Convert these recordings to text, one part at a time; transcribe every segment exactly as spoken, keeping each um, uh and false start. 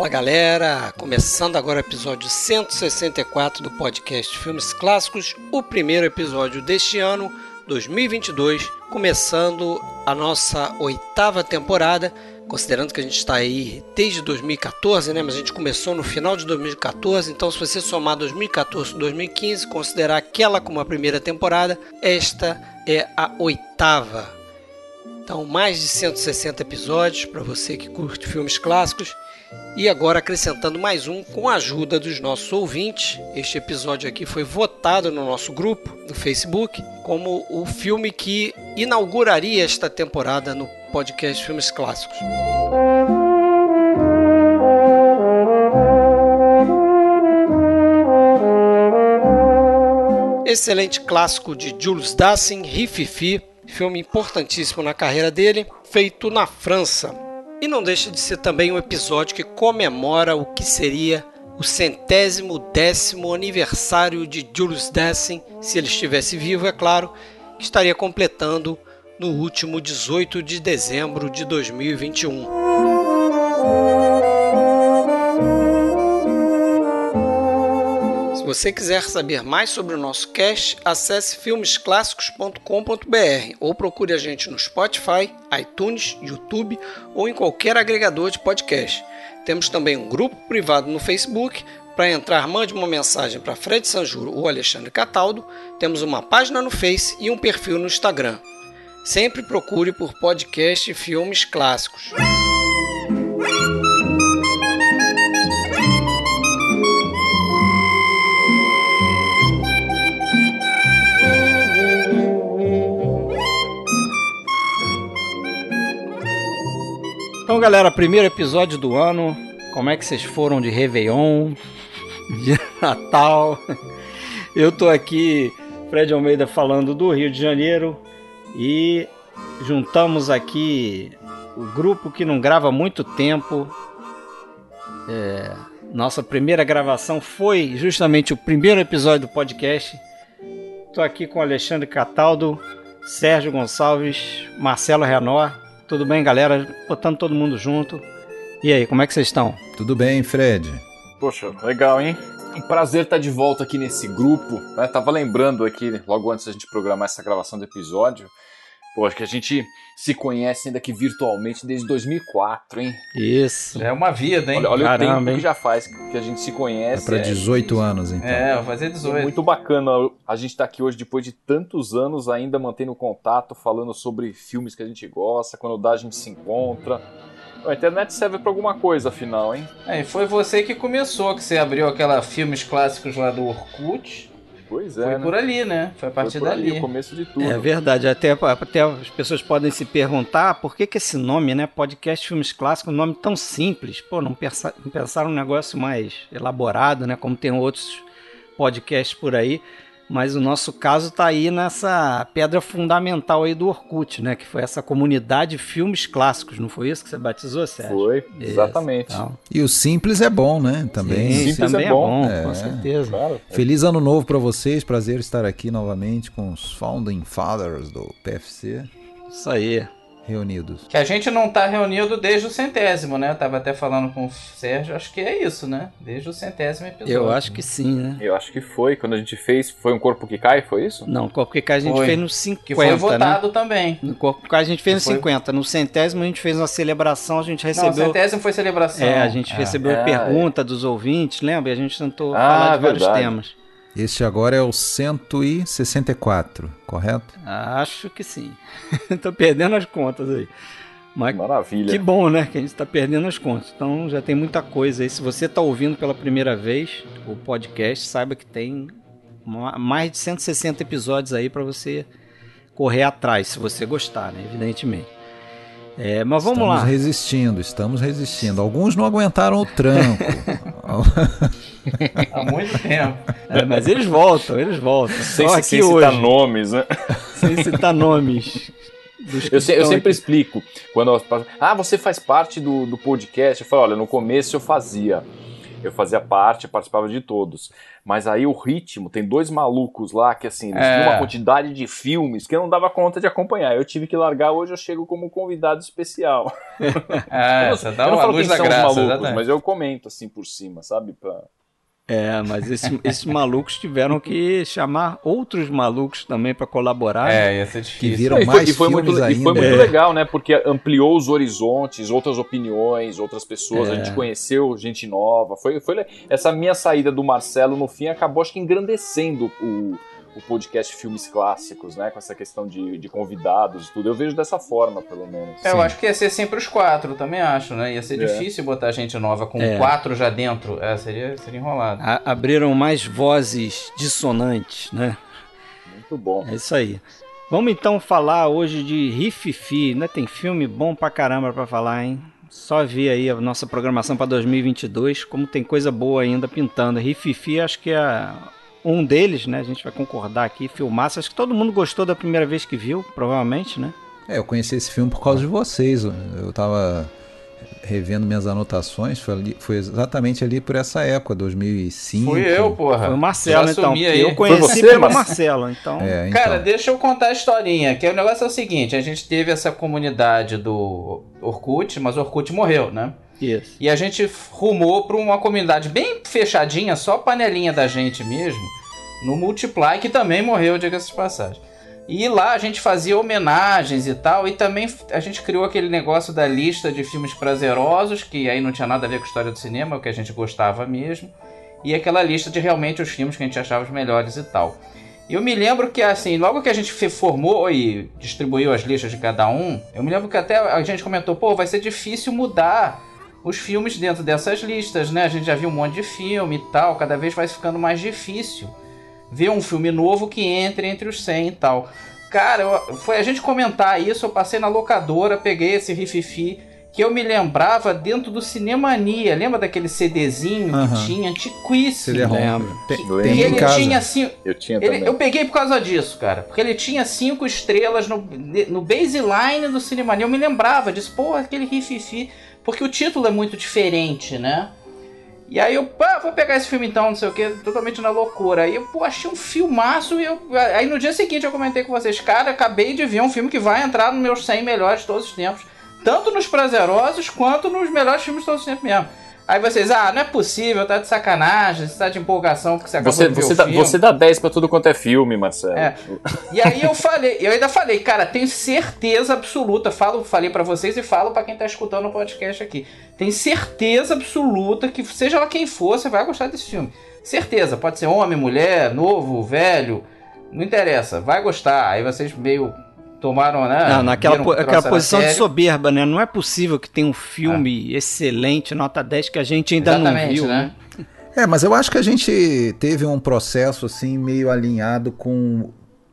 Fala galera, começando agora o episódio cento e sessenta e quatro do podcast Filmes Clássicos, o primeiro episódio deste ano, dois mil e vinte e dois, começando a nossa oitava temporada, considerando que a gente está aí desde dois mil e quatorze, né? Mas a gente começou no final de dois mil e quatorze, então se você somar dois mil e quatorze com dois mil e quinze, considerar aquela como a primeira temporada, esta é a oitava. Então mais de cento e sessenta episódios para você que curte filmes clássicos. E agora acrescentando mais um com a ajuda dos nossos ouvintes. Este episódio aqui foi votado no nosso grupo do Facebook como o filme que inauguraria esta temporada no podcast Filmes Clássicos. Excelente clássico de Jules Dassin, Rififi, filme importantíssimo na carreira dele, feito na França. E não deixa de ser também um episódio que comemora o que seria o centésimo décimo aniversário de Jules Dassin, se ele estivesse vivo, é claro, que estaria completando no último dezoito de dezembro de dois mil e vinte e um. Se você quiser saber mais sobre o nosso cast, acesse filmes clássicos ponto com ponto b r ou procure a gente no Spotify, iTunes, YouTube ou em qualquer agregador de podcast. Temos também um grupo privado no Facebook. Para entrar, mande uma mensagem para Fred Sanjuro ou Alexandre Cataldo. Temos uma página no Face e um perfil no Instagram. Sempre procure por podcast Filmes Clássicos. Então, galera, primeiro episódio do ano. Como é que vocês foram de Réveillon, de Natal? Eu tô aqui, Fred Almeida, falando do Rio de Janeiro. E juntamos aqui o grupo que não grava há muito tempo. É, nossa primeira gravação foi justamente o primeiro episódio do podcast. Tô aqui com Alexandre Cataldo, Sérgio Gonçalves, Marcelo Renó. Tudo bem, galera? Botando todo mundo junto. E aí, como é que vocês estão? Tudo bem, Fred? Poxa, legal, hein? Um prazer estar de volta aqui nesse grupo. Né? Tava lembrando aqui, logo antes da gente programar essa gravação do episódio, poxa, que a gente se conhece ainda aqui virtualmente desde dois mil e quatro, hein? Isso. Já é uma vida, hein? Olha, olha Caramba, o tempo hein? que já faz que a gente se conhece. É para dezoito é... anos, então. É, vai fazer dezoito. É muito bacana a gente estar aqui hoje, depois de tantos anos, ainda mantendo contato, falando sobre filmes que a gente gosta, quando dá a gente se encontra. A internet serve pra alguma coisa, afinal, hein? É, e foi você que começou, que você abriu aquela Filmes Clássicos lá do Orkut. Pois é, Foi né? por ali, né? Foi a partir foi por dali. Ali, o começo de tudo. É verdade, até, até as pessoas podem se perguntar por que, que esse nome, né? Podcast Filmes Clássicos, um nome tão simples. Pô, não, pensa, não pensaram um negócio mais elaborado, né? Como tem outros podcasts por aí. Mas o nosso caso tá aí nessa pedra fundamental aí do Orkut, né? Que foi essa comunidade Filmes Clássicos, não foi isso que você batizou, Sérgio? Foi, exatamente. Então. E o simples é bom, né? Também. Sim, simples também é é bom, bom, é. com certeza. Claro. Feliz ano novo para vocês, prazer estar aqui novamente com os Founding Fathers do P F C Isso aí. reunidos. Que a gente não tá reunido desde o centésimo, né? Eu tava até falando com o Sérgio, acho que é isso, né? Desde o centésimo episódio. Eu acho que sim, né? Eu acho que foi, quando a gente fez, foi Um Corpo que Cai, foi isso? Não, qualquer caso a gente Foi. fez no cinquenta, Que foi votado né? também. No Corpo Caso a gente fez no Foi. cinquenta. No centésimo a gente fez uma celebração, a gente Não, o recebeu... centésimo foi celebração. É, a gente É. recebeu Ah, pergunta dos ouvintes, lembra? E a gente tentou Ah, falar de vários verdade. temas. Este agora é o cento e sessenta e quatro, correto? Acho que sim. Tô perdendo as contas aí. Mas Maravilha. que bom, né? Que a gente tá perdendo as contas. Então já tem muita coisa aí. Se você tá ouvindo pela primeira vez o podcast, saiba que tem ma- mais de cento e sessenta episódios aí para você correr atrás, se você gostar, né? Evidentemente. É, mas vamos estamos lá. resistindo, estamos resistindo. Alguns não aguentaram o tranco. Há muito tempo. É, mas eles voltam, eles voltam. Sem, Só sem aqui citar hoje, nomes, né? sem citar nomes. dos que Eu, se- eu estão sempre aqui. explico. Quando eu, ah, você faz parte do, do podcast. Eu falo, olha, no começo eu fazia. eu fazia parte, participava de todos. Mas aí o ritmo, tem dois malucos lá que assim, eles É. tinham uma quantidade de filmes que eu não dava conta de acompanhar. Eu tive que largar, hoje eu chego como convidado especial. É, eu você não, dá eu não uma falo luz quem da são os graça, malucos, exatamente. mas eu comento assim por cima, sabe? Pra... É, mas esse- esses malucos tiveram que chamar outros malucos também pra colaborar. É, ia ser Que difícil. viram Não, e foi, mais e foi muito, filmes e foi ainda. muito É. legal, né? Porque ampliou os horizontes, outras opiniões, outras pessoas. É. A gente conheceu gente nova. Foi, foi le- essa minha saída do Marcelo no fim acabou, acho que engrandecendo o, o podcast Filmes Clássicos, né? Com essa questão de, de convidados e tudo. Eu vejo dessa forma, pelo menos. É, eu Sim. acho que ia ser sempre os quatro, também acho, né? Ia ser É. difícil botar gente nova com É. quatro já dentro. É, seria, seria enrolado. A- abriram mais vozes dissonantes, né? Muito bom. É isso aí. Vamos então falar hoje de Rififi, né? Tem filme bom pra caramba pra falar, hein? Só vi aí a nossa programação pra dois mil e vinte e dois, como tem coisa boa ainda pintando. Rififi, acho que é um deles, né? A gente vai concordar aqui, filmaço. Acho que todo mundo gostou da primeira vez que viu, provavelmente, né? É, eu conheci esse filme por causa de vocês. Eu tava revendo minhas anotações, foi, ali- foi exatamente ali por essa época, dois mil e cinco. Fui eu, porra. Foi o Marcelo, Já então. assumi porque aí. Eu conheci Foi você, pelo Marcelo? Marcelo, então. É, então. Cara, deixa eu contar a historinha, que o negócio é o seguinte, a gente teve essa comunidade do Orkut, mas o Orkut morreu, né? Isso. E a gente rumou pra uma comunidade bem fechadinha, só panelinha da gente mesmo, no Multiply, que também morreu, diga-se de passagem. E lá a gente fazia homenagens e tal, e também a gente criou aquele negócio da lista de filmes prazerosos, que aí não tinha nada a ver com a história do cinema, o que a gente gostava mesmo, e aquela lista de realmente os filmes que a gente achava os melhores e tal. E eu me lembro que, assim, logo que a gente fe- formou e distribuiu as listas de cada um, eu me lembro que até a gente comentou, pô, vai ser difícil mudar os filmes dentro dessas listas, né? A gente já viu um monte de filme e tal, cada vez vai ficando mais difícil ver um filme novo que entre entre os cem e tal. Cara, eu- foi a gente comentar isso, eu passei na locadora, peguei esse Rififi, que eu me lembrava dentro do Cinemania. Lembra daquele CDzinho Aham. que tinha? Antiquíssimo. C D-ROM. Lembro. Tem, Lembro. tem E em ele casa. tinha assim. Eu tinha Ele- também. eu peguei por causa disso, cara. Porque ele tinha cinco estrelas no, no baseline do Cinemania. Eu me lembrava disso. Pô, aquele Rififi. Porque o título é muito diferente, né? E aí eu, pá, vou pegar esse filme então, não sei o que, totalmente na loucura. Aí eu, pô, achei um filmaço e eu... Aí no dia seguinte eu comentei com vocês, cara, acabei de ver um filme que vai entrar nos meus cem melhores de todos os tempos. Tanto nos prazerosos, quanto nos melhores filmes de todos os tempos mesmo. Aí vocês, ah, não é possível, tá de sacanagem, você tá de empolgação porque você acabou Você, de ver você, o dá, filme. você dá dez pra tudo quanto é filme, Marcelo. É. E aí eu falei, eu ainda falei, cara, tenho certeza absoluta, falo, falei pra vocês e falo pra quem tá escutando o podcast aqui. Tenho certeza absoluta que seja lá quem for, você vai gostar desse filme. Certeza, pode ser homem, mulher, novo, velho, não interessa, vai gostar. Aí vocês meio tomaram, né? Não, naquela viram po- que o aquela troço era posição de sério. soberba, né? Não é possível que tenha um filme excelente, nota dez, que a gente ainda não Exatamente, viu, né? né? É, mas eu acho que a gente teve um processo assim meio alinhado com,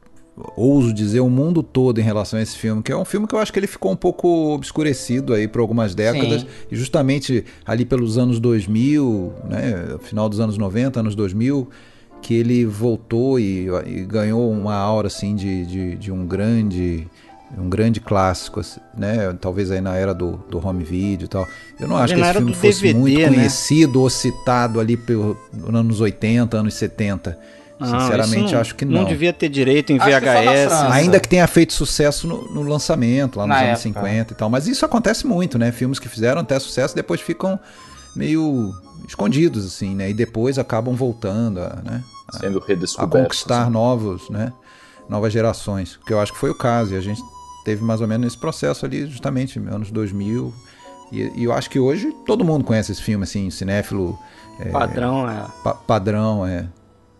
ouso dizer, o mundo todo em relação a esse filme, que é um filme que eu acho que ele ficou um pouco obscurecido aí por algumas décadas, Sim. e justamente ali pelos anos dois mil, né, final dos anos noventa, anos dois mil, que ele voltou e, e ganhou uma aura assim de, de, de um grande... um grande clássico, né? Talvez aí na era do, do home video e tal. Eu não acho Ele que na esse era filme do fosse D V D, muito né? conhecido ou citado ali pelos anos oitenta, anos setenta. Não, Sinceramente, isso não, acho que não. Não devia ter direito em Acho que foi na V H S. França. Ainda que tenha feito sucesso no, no lançamento, lá nos Na anos época. cinquenta e tal. Mas isso acontece muito, né? Filmes que fizeram até sucesso depois ficam meio escondidos, assim, né? E depois acabam voltando a, né? Sendo a redescoberto. conquistar assim. novos, né? Novas gerações. Que eu acho que foi o caso. E a gente teve mais ou menos esse processo ali, justamente, anos dois mil. E, e eu acho que hoje todo mundo conhece esse filme, assim, cinéfilo é, Padrão, é. pa- padrão, é.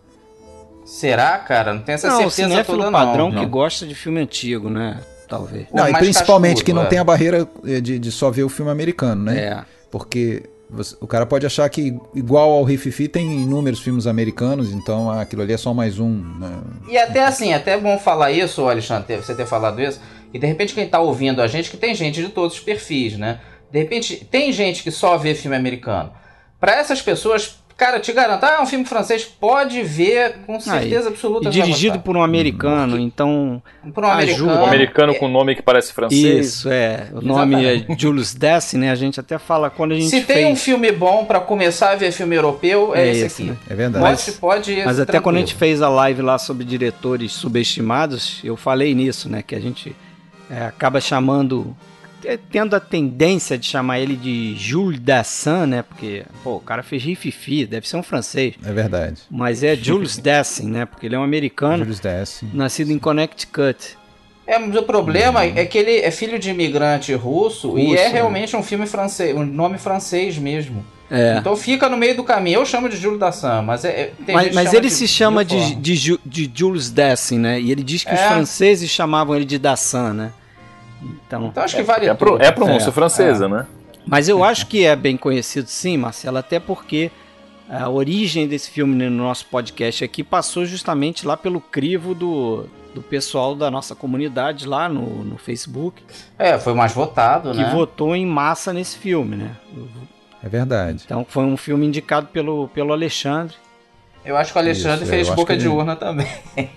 Será, cara? Não tenho essa Não, o certeza cinéfilo toda, padrão não. que gosta de filme antigo, né? Talvez. Ou Não, e mais principalmente cascudo, que não é. tem a barreira eh, de, de só ver o filme americano, né? É. Porque você- o cara pode achar que igual ao Rififi tem inúmeros filmes americanos, então ah, aquilo ali é só mais um, né? E até assim, até é bom falar isso, Alexandre, você ter falado isso, e de repente quem tá ouvindo a gente, que tem gente de todos os perfis, né? De repente, tem gente que só vê filme americano. Para essas pessoas, Cara, te garanto, ah, é um filme francês, pode ver com certeza ah, e, absoluta. E dirigido por um americano, Porque... então... Por um americano. Um americano com nome que parece francês. Isso, é. O nome Exatamente. é Jules Dassin, né? A gente até fala quando a gente Se fez... tem um filme bom pra começar a ver filme europeu, é, é esse, esse aqui. Né? É verdade. Pode, pode ir. Mas até tranquilo. quando a gente fez a live lá sobre diretores subestimados, eu falei nisso, né? Que a gente é, acaba chamando... tendo a tendência de chamar ele de Jules Dassin, né? Porque, pô, o cara fez Rififi, deve ser um francês. É verdade. Mas é Jules Dassin, né? Porque ele é um americano, Jules Dassin. nascido em Connecticut. É, mas o problema uhum. é que ele é filho de imigrante russo, russo e é realmente um filme francês, um nome francês mesmo. É. Então fica no meio do caminho. Eu chamo de Jules Dassin, mas é, tem mas, gente mas chama ele de, se chama de, de, de, de Jules Dassin, né? E ele diz que é. os franceses chamavam ele de Dassin, né? Então, então acho que vale é, tudo. É a pronúncia é, francesa, é. né? Mas eu acho que é bem conhecido sim, Marcelo, até porque a origem desse filme no nosso podcast aqui passou justamente lá pelo crivo do, do pessoal da nossa comunidade lá no, no Facebook. É, foi mais votado, que né? Que votou em massa nesse filme, né? É verdade. Então foi um filme indicado pelo, pelo Alexandre. Eu acho que o Alexandre Isso, fez boca de ele... urna também.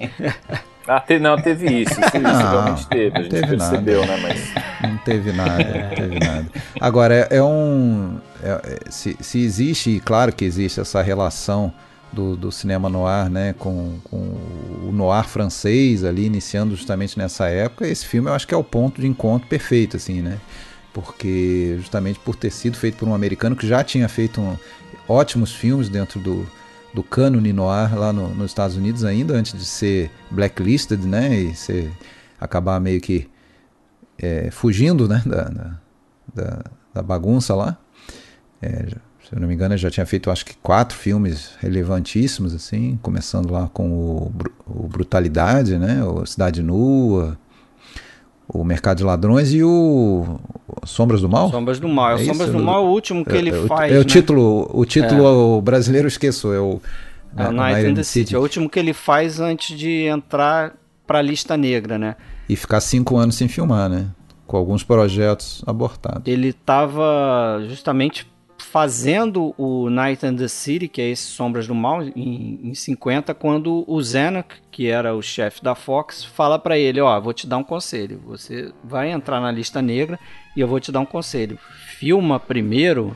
Ah, te, não, teve isso. Isso, não, isso realmente teve. A gente teve percebeu, nada. né? Mas... Não teve nada, não teve nada. Agora, é, é um... É, é, se, se existe, e claro que existe essa relação do, do cinema noir, né, com, com o noir francês ali, iniciando justamente nessa época, esse filme eu acho que é o ponto de encontro perfeito, assim, né? Porque justamente por ter sido feito por um americano que já tinha feito um, ótimos filmes dentro do, do cânone noir lá no, nos Estados Unidos ainda, antes de ser blacklisted, né, e ser, acabar meio que é, fugindo, né, da, da, da, da bagunça lá. É, se eu não me engano, ele já tinha feito acho que quatro filmes relevantíssimos, assim, começando lá com o, o Brutalidade, né, o Cidade Nua, o Mercado de Ladrões e o Sombras do Mal? Sombras do Mal. É é Sombras isso? do Mal é o último que é, ele é, faz, É o né? título, o título é. brasileiro eu esqueço, é o é o Night in the City. É o último que ele faz antes de entrar para a lista negra, né? E ficar cinco anos sem filmar, né? Com alguns projetos abortados. Ele estava justamente fazendo o Night in the City, que é esse Sombras do Mal, em, em cinquenta, quando o Zanuck, que era o chefe da Fox, fala para ele, ó, vou te dar um conselho, você vai entrar na lista negra e eu vou te dar um conselho. Filma primeiro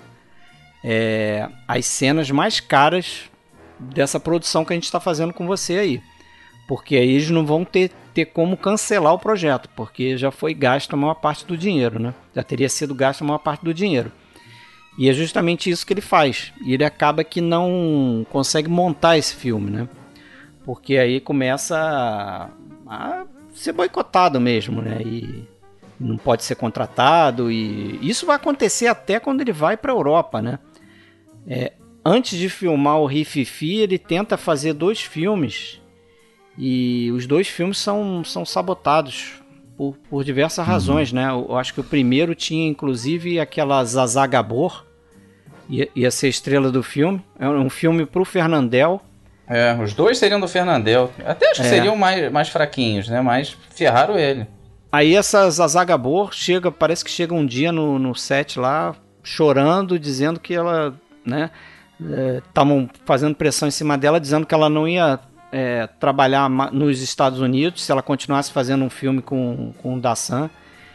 é, as cenas mais caras dessa produção que a gente está fazendo com você aí, porque aí eles não vão ter, ter como cancelar o projeto, porque já foi gasto a maior parte do dinheiro, né? Já teria sido gasto a maior parte do dinheiro. E é justamente isso que ele faz. E ele acaba que não consegue montar esse filme, né? Porque aí começa a, a ser boicotado mesmo, né? E não pode ser contratado. E isso vai acontecer até quando ele vai para a Europa, né? É, antes de filmar o Rififi, ele tenta fazer dois filmes. E os dois filmes são, são sabotados por, por diversas razões, uhum. né? Eu acho que o primeiro tinha, inclusive, aquela Zazá Gabor, ia, ia ser estrela do filme. É um filme pro Fernandel. É, os dois seriam do Fernandel. Até acho que é. seriam mais, mais fraquinhos, né? Mas ferraram ele. Aí essa Zazá Gabor chega, parece que chega um dia no, no set lá, chorando, dizendo que ela, né? Estavam é, fazendo pressão em cima dela, dizendo que ela não ia É, trabalhar nos Estados Unidos se ela continuasse fazendo um filme com, com o Dassin.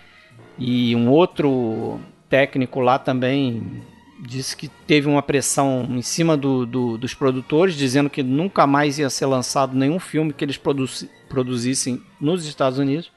E um outro técnico lá também disse que teve uma pressão em cima do, do, dos produtores, dizendo que nunca mais ia ser lançado nenhum filme que eles produzi, produzissem nos Estados Unidos.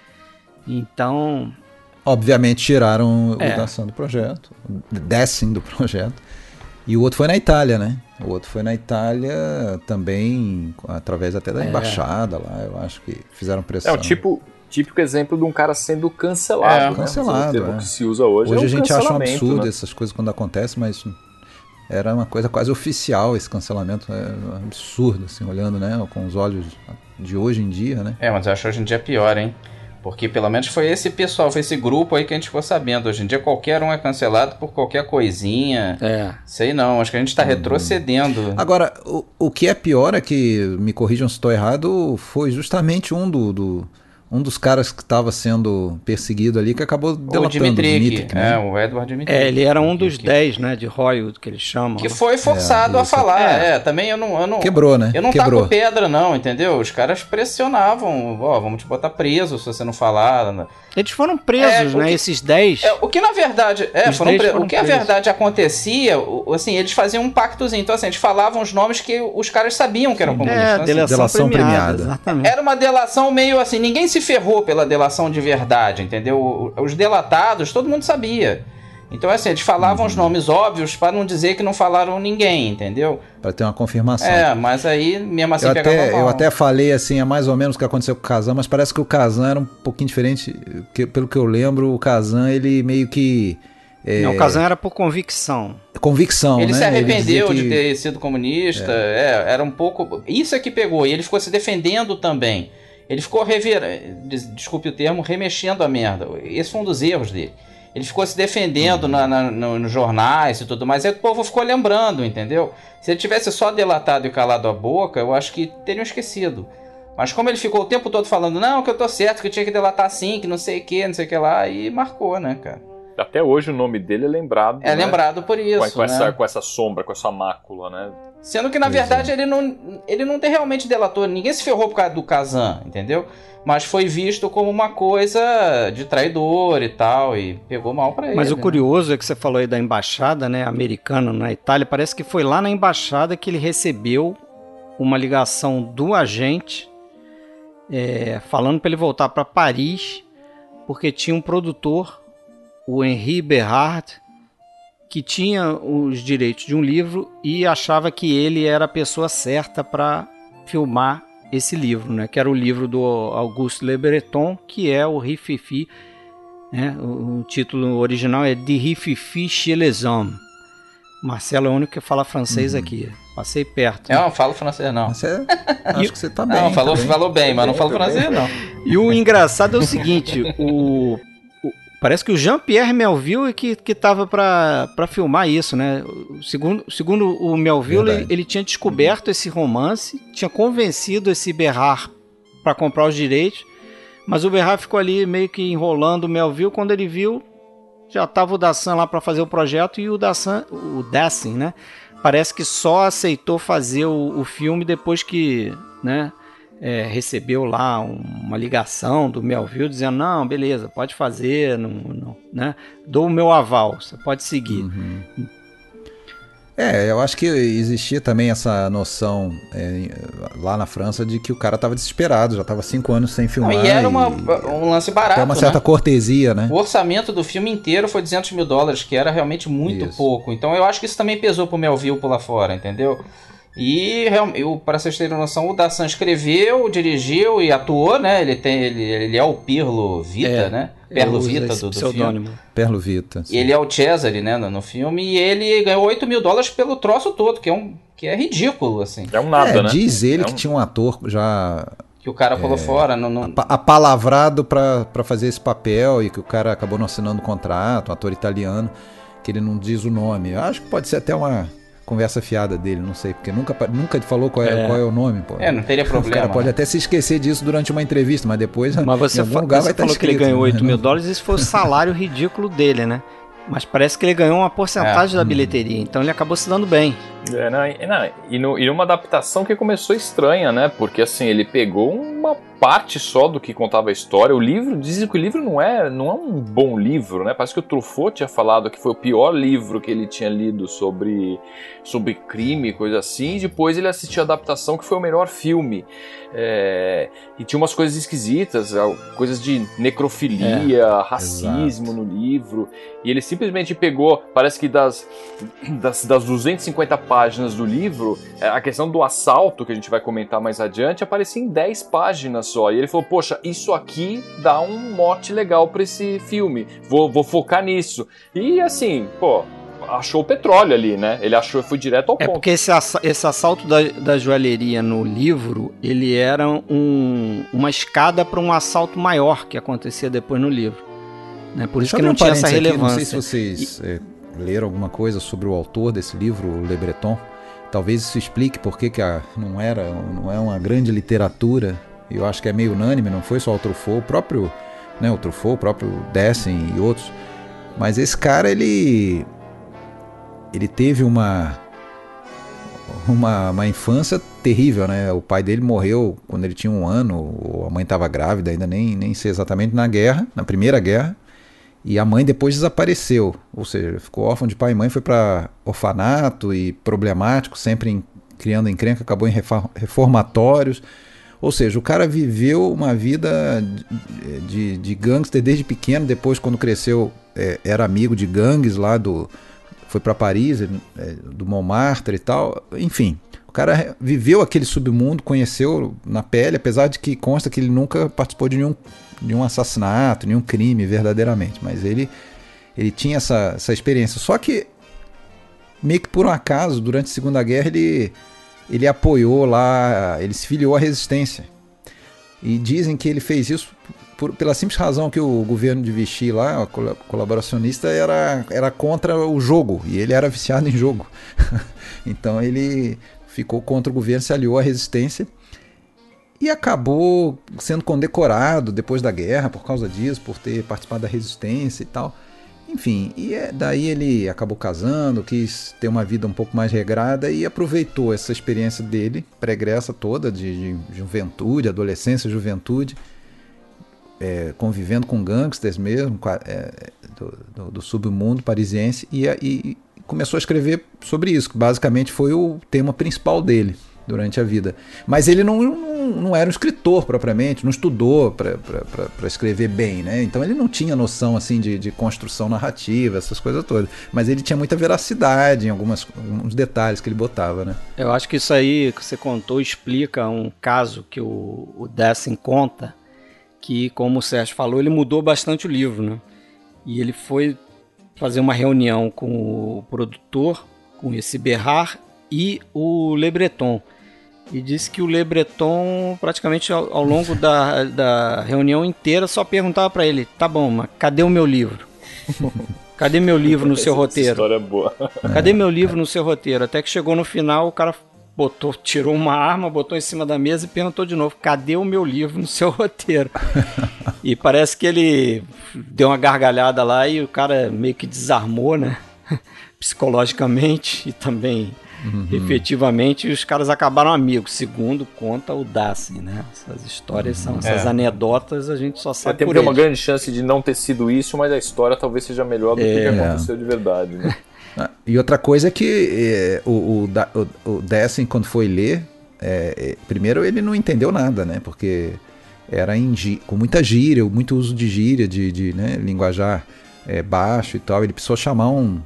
Então, obviamente tiraram é. o Dassin do projeto, Dassin do projeto. E o outro foi na Itália, né? O outro foi na Itália também, através até da é. embaixada lá, eu acho que fizeram pressão. É o tipo, típico exemplo de um cara sendo cancelado. É, né? cancelado. O termo é. que se usa hoje. Hoje é um a gente acha um absurdo, né? essas coisas quando acontecem, mas era uma coisa quase oficial esse cancelamento. É um absurdo, assim, olhando, né? Com os olhos de hoje em dia, né? É, mas eu acho que hoje em dia é pior, hein? Porque pelo menos foi esse pessoal, foi esse grupo aí que a gente ficou sabendo. Hoje em dia qualquer um é cancelado por qualquer coisinha. É. Sei não, acho que a gente tá uhum. retrocedendo. Agora, o, o que é pior é que, me corrijam se estou errado, foi justamente um do, do, um dos caras que estava sendo perseguido ali, que acabou delatando o Dmitryk, Dmitryk, né? É, o Edward Dmitryk. É, ele era um dos dez, né, de Royal, que eles chamam. Que foi forçado É, a isso. falar, É. é. também eu não... Eu não Quebrou, né? Eu não Quebrou. taco pedra, não, entendeu? Os caras pressionavam, ó, vamos te botar preso se você não falar. Eles foram presos, É, o né, que- esses dez. É, o que na verdade, é, Os foram dez pre- foram o que a presos. verdade acontecia, o- assim, eles faziam um pactozinho, então assim, eles falavam os nomes que os caras sabiam que eram comunistas. É, Então, assim, delação, delação premiada, premiada. exatamente. era uma delação meio assim, ninguém se ferrou pela delação de verdade, entendeu? O- Os delatados, todo mundo sabia. Então, assim, eles falavam os nomes óbvios para não dizer que não falaram ninguém, entendeu? Para ter uma confirmação. É, mas aí, mesmo assim, eu, pegava até, mal. eu até falei assim, é mais ou menos o que aconteceu com o Kazan, mas parece que o Kazan era um pouquinho diferente, que, pelo que eu lembro, o Kazan, ele meio que... É, Não, o Kazan era por convicção. convicção, Ele né? se arrependeu dizia de que- ter sido comunista, é. era um pouco... Isso é que pegou, e ele ficou se defendendo também. Ele ficou, rever... des- desculpe o termo, remexendo a merda. Esse foi um dos erros dele. Ele ficou se defendendo na, na, no, nos jornais e tudo mais, e o povo ficou lembrando, entendeu? Se ele tivesse só delatado e calado a boca, eu acho que teriam esquecido. Mas como ele ficou o tempo todo falando, não, que eu tô certo, que eu tinha que delatar sim, que não sei o que, não sei o que lá, e marcou, né, cara? Até hoje o nome dele é lembrado. É né? lembrado por isso, com, com, né? essa, com essa sombra, com essa mácula, né? Sendo que, na Pois verdade, ele não, ele não tem realmente delator. Ninguém se ferrou por causa do Kazan, entendeu? Mas foi visto como uma coisa de traidor e tal, e pegou mal pra ele. Mas o né? curioso é que você falou aí da embaixada, né, americana na Itália. Parece que foi lá na embaixada que ele recebeu uma ligação do agente é, falando para ele voltar para Paris, porque tinha um produtor, o Henri Berhard, que tinha os direitos de um livro e achava que ele era a pessoa certa para filmar esse livro, né? Que era o livro do Auguste Le Breton, que é o Rififi, né? O, o título original é De Rififi chez les hommes. Marcelo é o único que fala francês Uhum. aqui. Passei perto. Eu não falo francês, não. Você, acho que você tá bem. Não, falou, tá bem. falou bem, mas não falo francês, não. E o engraçado é o seguinte, o, o- parece que o Jean-Pierre Melville que que estava para filmar isso, né? O Segundo, segundo o Melville, Verdade. ele, ele tinha descoberto esse romance, tinha convencido esse Berhard para comprar os direitos, mas o Berhard ficou ali meio que enrolando o Melville. Quando ele viu, já estava o Dassin lá para fazer o projeto, e o Dassin, o Dassin, né? Parece que só aceitou fazer o, o filme depois que, né? É, recebeu lá um- uma ligação do Melville dizendo, não, beleza, pode fazer, não, não, né? Dou o meu aval, você pode seguir. Uhum. É, eu acho que existia também essa noção é, lá na França de que o cara estava desesperado, já estava cinco anos sem Não, filmar. e era uma, e- um lance barato, até uma certa né? cortesia, né? O orçamento do filme inteiro foi duzentos mil dólares, que era realmente muito Isso. pouco. Então eu acho que isso também pesou pro Melville por lá fora, entendeu? E, real- eu, para vocês terem noção, o Dassin escreveu, dirigiu e atuou, né? Ele, tem, ele, ele é o Pirlo Vita, É, né? Ele Perlo usa Vita esse do, do filme. pseudônimo. Perlo Vita. E ele é o Cesare, né, no, no filme, e ele ganhou oito mil dólares pelo troço todo, que é, um, que é ridículo, assim. É um nada, é, né? diz ele É que um- tinha um ator já Que o cara pulou fora. Não, não... pa- apalavrado pra pra fazer esse papel, e que o cara acabou não assinando o contrato, um ator italiano, que ele não diz o nome. Eu acho que pode ser até uma conversa fiada dele, não sei, porque nunca, nunca falou qual é, É. qual é o nome, pô. É, não teria O problema. cara pode né? até se esquecer disso durante uma entrevista, mas depois Mas você, em algum fa- lugar você vai estar falou que ele escrito, ganhou né? oito mil dólares, isso foi o salário ridículo dele, né? Mas parece que ele ganhou uma porcentagem É. da bilheteria, então ele acabou se dando bem. É, não, e, não, e, no, e numa adaptação que começou estranha, né? Porque assim, ele pegou uma parte só do que contava a história. O livro, dizem que o livro não é, não é um bom livro, né? Parece que o Truffaut tinha falado que foi o pior livro que ele tinha lido sobre, sobre crime, coisa assim. E depois ele assistiu a adaptação, que foi o melhor filme. É, e tinha umas coisas esquisitas, coisas de necrofilia, racismo no livro. E ele simplesmente pegou, parece que das, das, das duzentas e cinquenta páginas do livro, a questão do assalto, que a gente vai comentar mais adiante, aparecia em dez páginas só. E ele falou, poxa, isso aqui dá um mote legal pra esse filme, vou, vou focar nisso. E assim, pô, achou o petróleo ali, né? Ele achou, foi direto ao É ponto. porque esse, assa- esse assalto da, da joalheria no livro, ele era um- uma escada para um assalto maior que acontecia depois no livro. Né? Por isso Deixa que eu não abrir um tinha essa parênteses aqui, relevância. não sei se vocês é, leram alguma coisa sobre o autor desse livro, o Le Breton. Talvez isso explique por que que a- não era, não é uma grande literatura eu acho que é meio unânime, não foi só o Truffaut, o próprio, né, o Truffaut, o próprio Dessen e outros, mas esse cara, ele ele teve uma uma, uma infância terrível, né? O pai dele morreu quando ele tinha um ano, ou a mãe estava grávida, ainda nem, nem sei exatamente, na guerra, na primeira guerra, e a mãe depois desapareceu, ou seja, ficou órfão de pai e mãe, foi para orfanato e problemático, sempre em, criando encrenca, acabou em reformatórios, ou seja, o cara viveu uma vida de, de, de gangster desde pequeno, depois quando cresceu é, era amigo de gangues lá do... foi para Paris, é, do Montmartre e tal, enfim, o cara viveu aquele submundo, conheceu na pele, apesar de que consta que ele nunca participou de nenhum, nenhum assassinato, nenhum crime verdadeiramente, mas ele, ele tinha essa, essa experiência, só que meio que por um acaso, durante a Segunda Guerra, ele, ele apoiou lá, ele se filiou à resistência, e dizem que ele fez isso Por, pela simples razão que o governo de Vichy lá, o colaboracionista, era, era contra o jogo, e ele era viciado em jogo. Então ele ficou contra o governo, se aliou à resistência e acabou sendo condecorado depois da guerra por causa disso, por ter participado da resistência e tal. Enfim, e é, daí ele acabou casando, quis ter uma vida um pouco mais regrada e aproveitou essa experiência dele, pregressa toda, de, de juventude, adolescência, juventude, É, convivendo com gangsters mesmo, é, do, do, do submundo parisiense, e, e começou a escrever sobre isso, que basicamente foi o tema principal dele durante a vida. Mas ele não, não, não era um escritor propriamente, não estudou para escrever bem, né? Então ele não tinha noção assim, de, de construção narrativa, essas coisas todas. Mas ele tinha muita veracidade em algumas, alguns detalhes que ele botava, né? Eu acho que isso aí que você contou explica um caso que o, o Dessen conta, que, como o Sérgio falou, ele mudou bastante o livro, né? E ele foi fazer uma reunião com o produtor, com esse Berard e o Le Breton. E disse que o Le Breton, praticamente ao, ao longo da, da reunião inteira, só perguntava para ele: tá bom, mas cadê o meu livro? Cadê meu livro no seu roteiro? Essa história é boa. Cadê meu livro no seu roteiro? Até que chegou no final, o cara botou, tirou uma arma, botou em cima da mesa e perguntou de novo: cadê o meu livro no seu roteiro? E parece que ele deu uma gargalhada lá e o cara meio que desarmou, né? Psicologicamente e também uhum. efetivamente, e os caras acabaram amigos, segundo conta o Dessen, né? Essas histórias são, uhum. essas é. anedotas a gente só sabe tem, por tem eles. uma grande chance de não ter sido isso, mas a história talvez seja melhor do é. que o que aconteceu de verdade, né? E outra coisa é que é, o, o, o Dessen, quando foi ler, é, primeiro ele não entendeu nada, né? Porque era em, com muita gíria, muito uso de gíria, de, de né, linguajar é, baixo e tal. Ele precisou chamar um,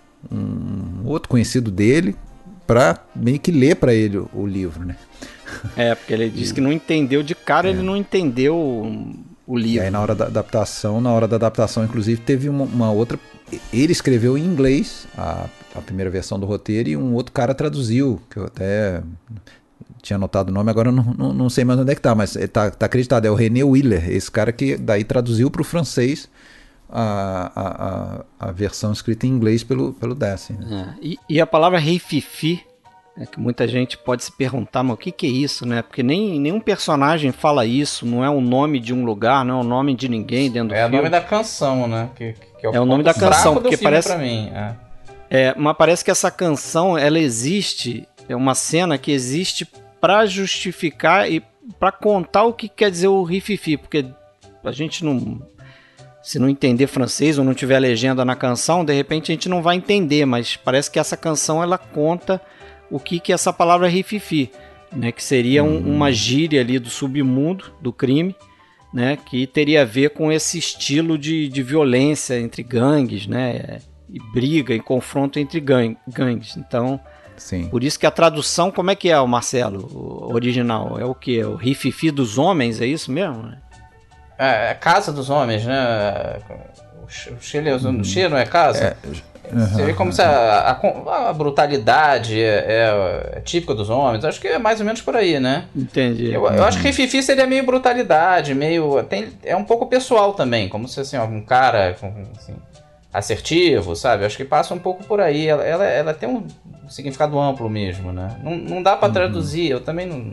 um outro conhecido dele para meio que ler para ele o, o livro, né? É, porque ele disse e, que não entendeu de cara, é. ele não entendeu o, o livro. E aí na hora da adaptação, na hora da adaptação, inclusive, teve uma, uma outra... Ele escreveu em inglês a, a primeira versão do roteiro e um outro cara traduziu, que eu até tinha anotado o nome, agora eu não, não, não sei mais onde é que tá, mas tá, tá acreditado, é o René Willer, esse cara que daí traduziu para o francês a, a, a, a versão escrita em inglês pelo, pelo Dessen. Né? É, e, e a palavra rififi, é que muita gente pode se perguntar, mas o que, que é isso, né? Porque nem, nenhum personagem fala isso, não é o nome de um lugar, não é o nome de ninguém dentro do é filme. É o nome da canção, né? Que, que é o, é o nome da canção, porque parece... pra mim, é. É, mas parece que essa canção, ela existe, é uma cena que existe para justificar e para contar o que quer dizer o rififi, porque a gente não... Se não entender francês ou não tiver legenda na canção, de repente a gente não vai entender, mas parece que essa canção, ela conta o que, que é essa palavra rififi, né? Que seria um, uma gíria ali do submundo, do crime, né? Que teria a ver com esse estilo de, de violência entre gangues, né? E briga e confronto entre gang, gangues. Então, sim. Por isso que a tradução, como é que é, o Marcelo, o original? É o que? É o rififi dos homens, é isso mesmo? Né? É, é casa dos homens, né? O Chile, hum. o Chile não é casa? É. Uhum, seria como uhum. se a, a, a brutalidade é, é, é típica dos homens. Acho que é mais ou menos por aí, né? Entendi. Eu, uhum. eu acho que rififi seria meio brutalidade, meio... Tem, é um pouco pessoal também, como se assim, um cara assim, assertivo, sabe? Acho que passa um pouco por aí. Ela, ela, ela tem um significado amplo mesmo, né? Não, não dá pra uhum. traduzir, eu também não...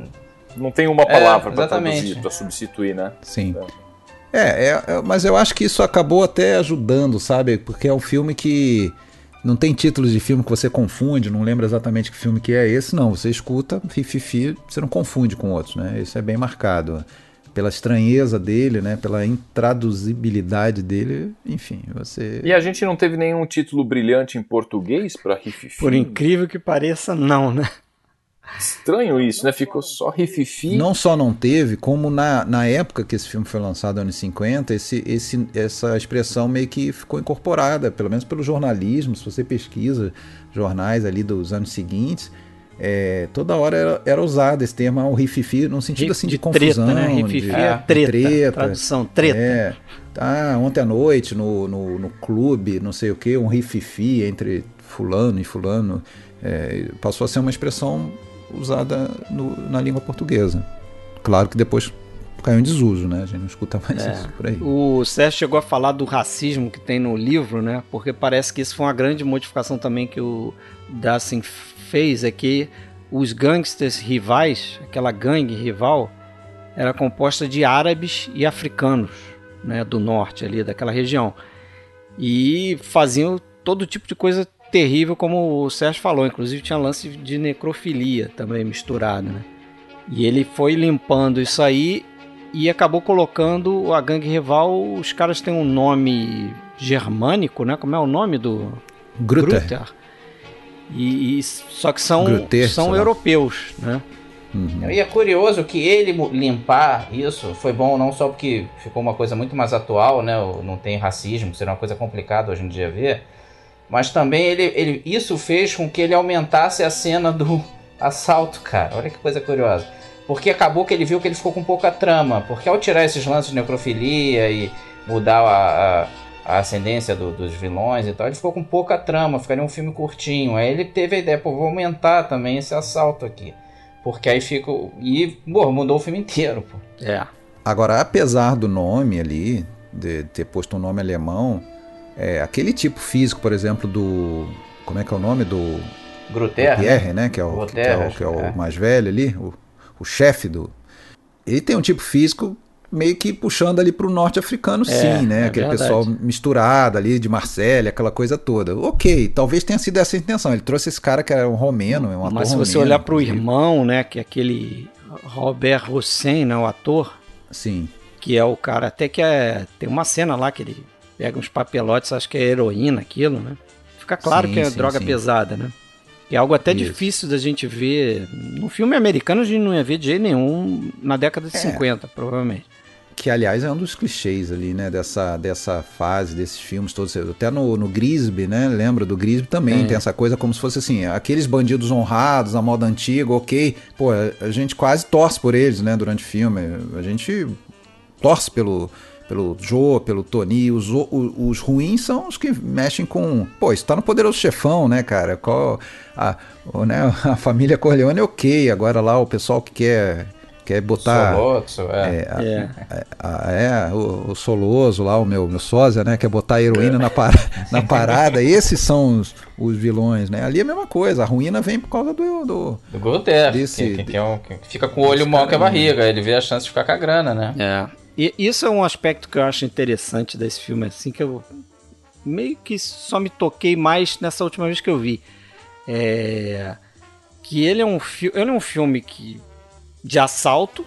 não tem uma palavra É, para exatamente. traduzir, para substituir, né? Sim. É, é, é, mas eu acho que isso acabou até ajudando, sabe? Porque é um filme que não tem títulos de filme que você confunde, não lembra exatamente que filme que é esse, não. Você escuta, fififi, você não confunde com outros, né? Isso é bem marcado. Pela estranheza dele, né? Pela intraduzibilidade dele, enfim, você... E a gente não teve nenhum título brilhante em português para Rififi? Por incrível que pareça, não, né? Estranho isso, né? Ficou só Rififi. Não só não teve, como na, na época que esse filme foi lançado, nos anos cinquenta, esse, esse, essa expressão meio que ficou incorporada, pelo menos pelo jornalismo. Se você pesquisa jornais ali dos anos seguintes, é, toda hora era, era usado esse termo, o rififi, no sentido assim de, de confusão. Treta, né? Rififi de, é de treta, treta. Tradução, treta. É, ah, ontem à noite no, no, no clube, não sei o que, um rififi entre fulano e fulano. É, passou a ser uma expressão usada no, na língua portuguesa. Claro que depois caiu em desuso, né? A gente não escuta mais É. isso por aí. O Sérgio chegou a falar do racismo que tem no livro, né? Porque parece que isso foi uma grande modificação também que o Dassin fez, é que os gangsters rivais, aquela gangue rival, era composta de árabes e africanos, né? Do norte ali, daquela região. E faziam todo tipo de coisa terrível, como o Sérgio falou. Inclusive tinha lance de necrofilia também misturado, né? E ele foi limpando isso aí e acabou colocando a gangue rival. Os caras têm um nome germânico, né? Como é o nome do... Grutter. Grutter. E, e, só que são, Grutter, são europeus, né? Uhum. E é curioso que ele limpar isso foi bom não só porque ficou uma coisa muito mais atual, né? Não tem racismo, seria uma coisa complicada hoje em dia ver, mas também ele, ele, isso fez com que ele aumentasse a cena do assalto, cara. Olha que coisa curiosa. Porque acabou que ele viu que ele ficou com pouca trama, porque ao tirar esses lances de necrofilia e mudar a, a, a ascendência do, dos vilões e tal, ele ficou com pouca trama, ficaria um filme curtinho. Aí ele teve a ideia, pô, vou aumentar também esse assalto aqui. Porque aí fica... E, pô, mudou o filme inteiro, pô. É. Agora, apesar do nome ali, de ter posto um nome alemão, é, aquele tipo físico, por exemplo, do... Como é que é o nome? Do... Grutter, do Pierre, né? Que é o, Grutter, que é o, que é o é. mais velho ali, o, o chefe do... Ele tem um tipo físico meio que puxando ali pro norte-africano, é, sim, né? É aquele verdade. Pessoal misturado ali, de Marselha, aquela coisa toda. Ok, talvez tenha sido essa a intenção. Ele trouxe esse cara que era um romeno, um ator Mas se você romeno, olhar pro inclusive. irmão, né? Que é aquele Robert Hossein, né? O ator. Sim. Que é o cara, até que é... Tem uma cena lá que ele pega uns papelotes, acho que é heroína aquilo, né? Fica claro sim, que é sim, droga sim. pesada, né? É algo até Isso. difícil da gente ver. No filme americano a gente não ia ver de jeito nenhum na década de É. cinquenta, provavelmente. Que, aliás, é um dos clichês ali, né? Dessa, dessa fase, desses filmes todos. Até no, no Grisby, né? Lembra do Grisby também. É. Tem essa coisa como se fosse assim, aqueles bandidos honrados, a moda antiga, ok. Pô, a gente quase torce por eles, né? Durante o filme. A gente torce pelo... pelo Joe, pelo Tony, os, os, os ruins são os que mexem com... Pô, isso tá no Poderoso Chefão, né, cara? Qual, a, o, né, a família Corleone é ok, agora lá o pessoal que quer, quer botar... Soloso, é. É, a, É. a, a, é o, o Soloso lá, o meu, meu sósia, né, quer botar a heroína na, par, na parada, esses são os, os vilões, né? Ali é a mesma coisa, a ruína vem por causa do... Do, do Grutter, desse, que, que, que, é um, que fica com o olho maior que a barriga, ele vê a chance de ficar com a grana, né? É. E isso é um aspecto que eu acho interessante desse filme, assim, que eu meio que só me toquei mais nessa última vez que eu vi. É... Que ele é um, fi... ele é um filme que... de assalto,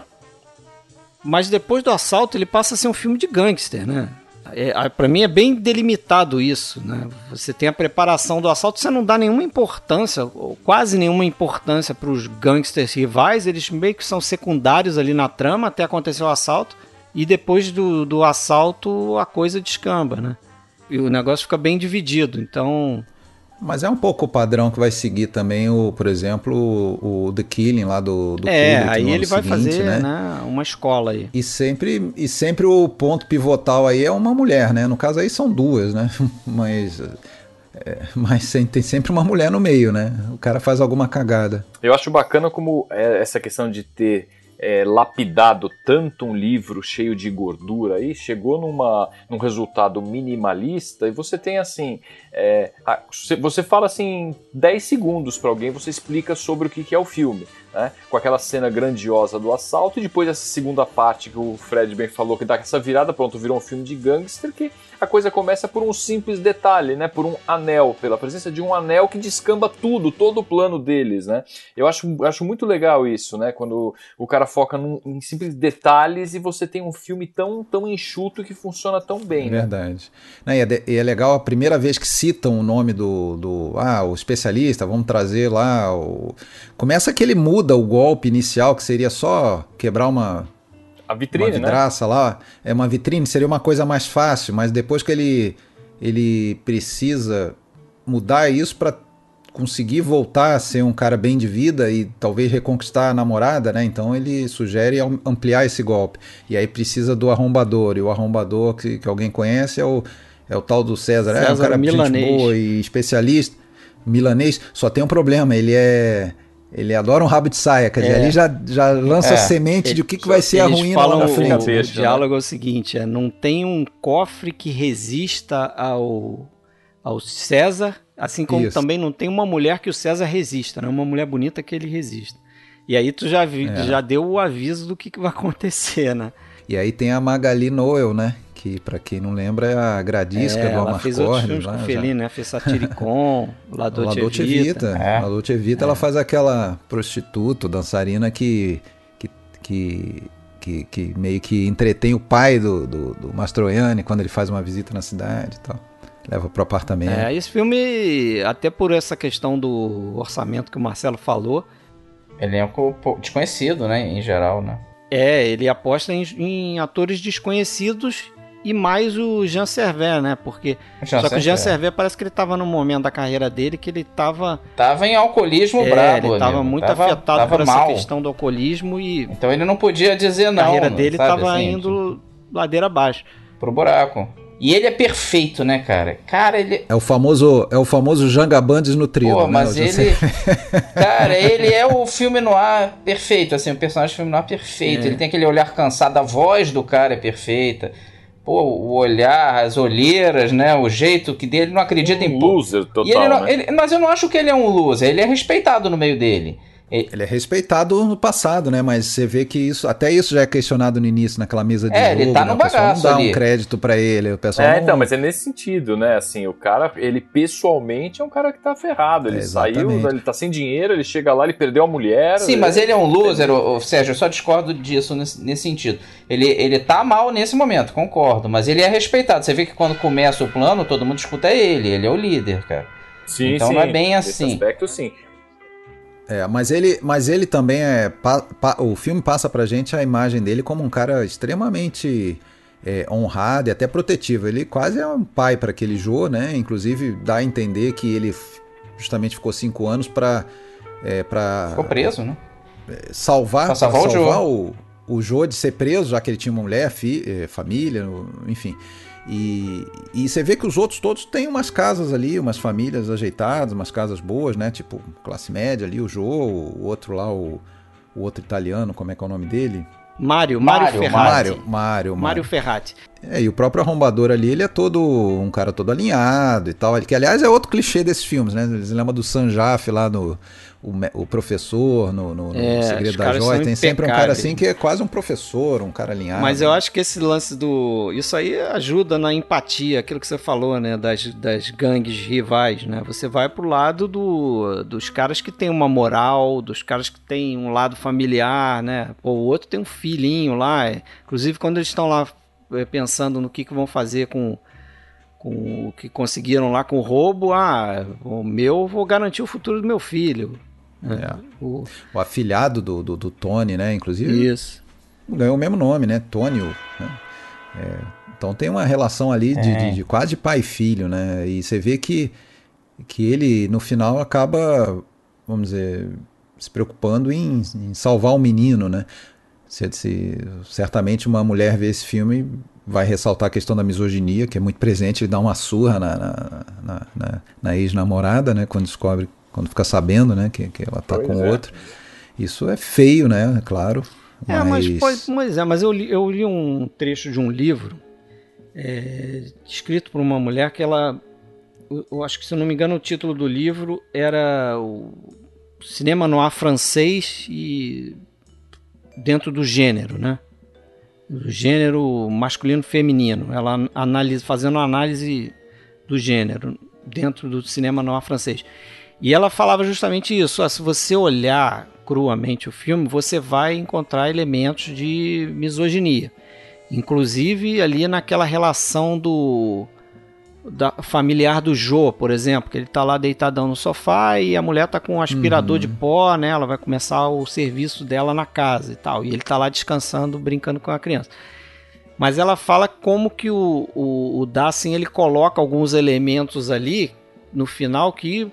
mas depois do assalto ele passa a ser um filme de gangster, né? É, pra mim é bem delimitado isso, né? Você tem a preparação do assalto, você não dá nenhuma importância, ou quase nenhuma importância para os gangsters rivais, eles meio que são secundários ali na trama até acontecer o assalto. E depois do, do assalto a coisa descamba, né? E o negócio fica bem dividido, então... Mas é um pouco o padrão que vai seguir também, o, por exemplo, o, o The Killing lá do, do É, Kubrick, aí no ele ano vai seguinte, fazer né? né, uma escola aí. E sempre, e sempre o ponto pivotal aí é uma mulher, né? No caso aí são duas, né? Mas, é, mas tem sempre uma mulher no meio, né? O cara faz alguma cagada. Eu acho bacana como essa questão de ter é, lapidado tanto um livro cheio de gordura aí, chegou numa, num resultado minimalista, e você tem assim, é, você fala assim, dez segundos para alguém, você explica sobre o que, que é o filme, né? Com aquela cena grandiosa do assalto, e depois essa segunda parte que o Fred bem falou, que dá essa virada, pronto, virou um filme de gangster, que a coisa começa por um simples detalhe, né? Por um anel, pela presença de um anel que descamba tudo, todo o plano deles, né? Eu acho, acho muito legal isso, né? Quando o cara foca num, em simples detalhes e você tem um filme tão, tão enxuto que funciona tão bem, né? Verdade. Não, e, é de, e é legal a primeira vez que citam o nome do, do ah, o especialista, vamos trazer lá o... Começa que ele muda o golpe inicial, que seria só quebrar uma... A vitrine, uma vidraça, né? Lá, é uma vitrine, seria uma coisa mais fácil, mas depois que ele, ele precisa mudar isso para conseguir voltar a ser um cara bem de vida e talvez reconquistar a namorada, né? Então ele sugere ampliar esse golpe. E aí precisa do arrombador, e o arrombador que, que alguém conhece é o, é o tal do César, César é um cara milanês. Gente boa e especialista, milanês, só tem um problema, ele é... Ele adora um rabo de saia, quer dizer, É. ali já, já lança É. a semente de o que, que vai ser a Eles ruína falam lá na o, frente. o diálogo é o seguinte, é, não tem um cofre que resista ao, ao César, assim como Isso. também não tem uma mulher que o César resista, né? Uma mulher bonita que ele resista. E aí tu já, vi, É. já deu o aviso do que, que vai acontecer, né? E aí tem a Magali Noel, né? Que pra quem não lembra é a gradisca É, do ela fez outros Amarcord. filmes lá, com o já. Fellini, né? Fez Satiricon, La La Dolce Dolce Vita. Vita. É. La Dolce Vita, ela faz aquela prostituta, dançarina que, que, que, que, que meio que entretém o pai do, do, do Mastroianni quando ele faz uma visita na cidade e tal. Leva pro apartamento. É, esse filme, até por essa questão do orçamento que o Marcelo falou, Elenco pô, desconhecido, né? Em geral, né? é, ele aposta em, em atores desconhecidos e mais o Jean Servet, né? Porque Jean só que o Jean Servet. Servet parece que ele tava num momento da carreira dele que ele tava, Tava em alcoolismo é, brabo, ele tava amigo. muito tava, afetado tava por mal. essa questão do alcoolismo e Então ele não podia dizer a não. carreira dele sabe, tava assim, indo ladeira abaixo. pro buraco. E ele é perfeito, né, cara? Cara, ele... É o famoso, é o famoso Jangabandes nutrido, Pô, né? mas Eu já ele... sei. Cara, ele é o filme noir perfeito, assim, o personagem do filme noir perfeito. É. Ele tem aquele olhar cansado, a voz do cara é perfeita. Pô, o olhar, as olheiras, né? O jeito que dele, não acredita em... Um loser total, E ele não, né? ele- mas eu não acho que ele é um loser, ele é respeitado no meio dele. Ele é respeitado no passado, né? Mas você vê que isso, até isso já é questionado no início, naquela mesa de É, jogo. ele tá né? no O pessoal bagaço não dá ali. um crédito pra ele, o pessoal É, não... então, mas é nesse sentido, né? Assim, o cara, ele pessoalmente é um cara que tá ferrado. Ele É, saiu, exatamente. ele tá sem dinheiro, ele chega lá, ele perdeu a mulher. Sim, mas ele é um loser, ô, ô, Sérgio, eu só discordo disso nesse, nesse sentido. Ele, ele tá mal nesse momento, concordo, mas ele é respeitado. Você vê que quando começa o plano, todo mundo escuta ele, ele é o líder, cara. Sim, então sim, não é bem nesse assim. aspecto, sim. É, mas ele, mas ele também é... pa- pa- o filme passa pra gente a imagem dele como um cara extremamente é, honrado e até protetivo. Ele quase é um pai para aquele Jô, né? Inclusive dá a entender que ele f- justamente ficou cinco anos para é, para Ficou preso, né? salvar, Pra salvar pra o salvar Jô. o, o Jô de ser preso, já que ele tinha uma mulher, fi, eh, família, o- enfim. E, e você vê que os outros todos têm umas casas ali, umas famílias ajeitadas, umas casas boas, né? Tipo, classe média ali, o Jô, o outro lá, o, o outro italiano, como é que é o nome dele? Mário, Mário Mário, Ferrati. Mário, Mário, Mário Mário. Ferrati. É, e o próprio arrombador ali, ele é todo um cara todo alinhado e tal. Que, aliás, é outro clichê desses filmes, né? Eles lembram do Sanjaf lá no... O, me- o professor no, no, no É, os Segredo da caras Joia, são tem sempre um cara impecáveis. assim que é quase um professor, um cara alinhado. Mas eu acho que esse lance do... Isso aí ajuda na empatia, aquilo que você falou, né? Das, das gangues rivais, né? Você vai pro lado do, dos caras que tem uma moral, dos caras que tem um lado familiar, né? Pô, o outro tem um filhinho lá. é. Inclusive, quando eles estão lá é, pensando no que, que vão fazer com... com o que conseguiram lá com o roubo, ah, o meu, vou garantir o futuro do meu filho. É. O- O afilhado do, do, do Tony, né? Inclusive, Isso. ganhou o mesmo nome, né? Tônio. Né? É, então tem uma relação ali de, É. de, de quase pai e filho, né? E você vê que, que ele, no final, acaba, vamos dizer, se preocupando em, em salvar o menino, né? Se, se, certamente uma mulher vê esse filme, vai ressaltar a questão da misoginia, que é muito presente, ele dá uma surra na, na, na, na, na ex-namorada, né? Quando descobre, quando fica sabendo, né? Que, que ela tá Pois com é. outro. Isso é feio, né? Claro. Mas... É, mas, pois, mas, é, mas eu, li, eu li um trecho de um livro é, escrito por uma mulher que ela... Eu, eu acho que, se eu não me engano, o título do livro era o cinema noir francês e dentro do gênero, né? Do gênero masculino-feminino. Ela analisa, fazendo uma análise do gênero dentro do cinema noir francês. E ela falava justamente isso. Ó, se você olhar cruamente o filme, você vai encontrar elementos de misoginia. Inclusive ali naquela relação do da, familiar do Joe, por exemplo, que ele está lá deitadão no sofá e a mulher está com um aspirador uhum. de pó, né? Ela vai começar o serviço dela na casa e tal. E ele está lá descansando, brincando com a criança. Mas ela fala como que o, o, o Dassin, ele coloca alguns elementos ali no final que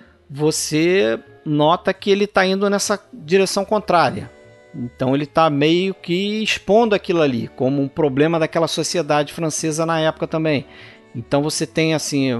você nota que ele está indo nessa direção contrária. Então ele está meio que expondo aquilo ali como um problema daquela sociedade francesa na época também. Então você tem assim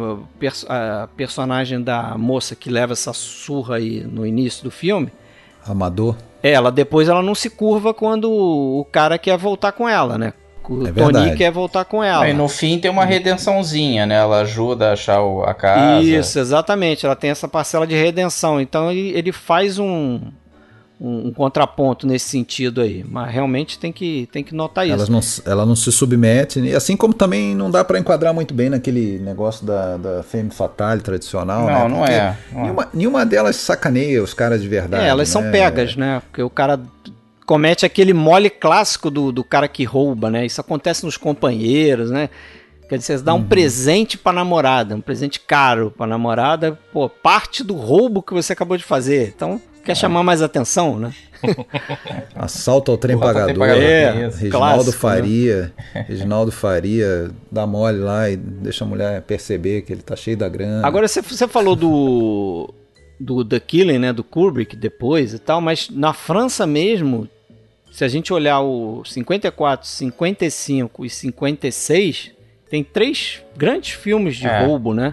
a personagem da moça que leva essa surra aí no início do filme. Amador. Ela depois ela não se curva quando o cara quer voltar com ela, né? O é Tony verdade. quer voltar com ela. E no fim tem uma redençãozinha, né? Ela ajuda a achar o, a casa. Isso, exatamente. Ela tem essa parcela de redenção. Então ele, ele faz um, um, um contraponto nesse sentido aí. Mas realmente tem que, tem que notar isso. Elas não, ela não se submete. Assim como também não dá para enquadrar muito bem naquele negócio da, da femme fatale tradicional. Não, né? não é. Não nenhuma, nenhuma delas sacaneia os caras de verdade. É, elas né? são pegas, né? Porque o cara comete aquele mole clássico do, do cara que rouba, né? Isso acontece nos companheiros, né? Quer dizer, você dá um uhum. presente pra namorada, um presente caro pra namorada, pô, parte do roubo que você acabou de fazer. Então, quer é. chamar mais atenção, né? Assalto ao trem Porra, pagador. pagador. É, Reginaldo clássico, Faria. Né? Reginaldo Faria dá mole lá e deixa a mulher perceber que ele tá cheio da grana. Agora, você, você falou do, do The Killing, né? Do Kubrick depois e tal, mas na França mesmo, se a gente olhar o cinquenta e quatro, cinquenta e cinco e cinquenta e seis, tem três grandes filmes de é. roubo, né?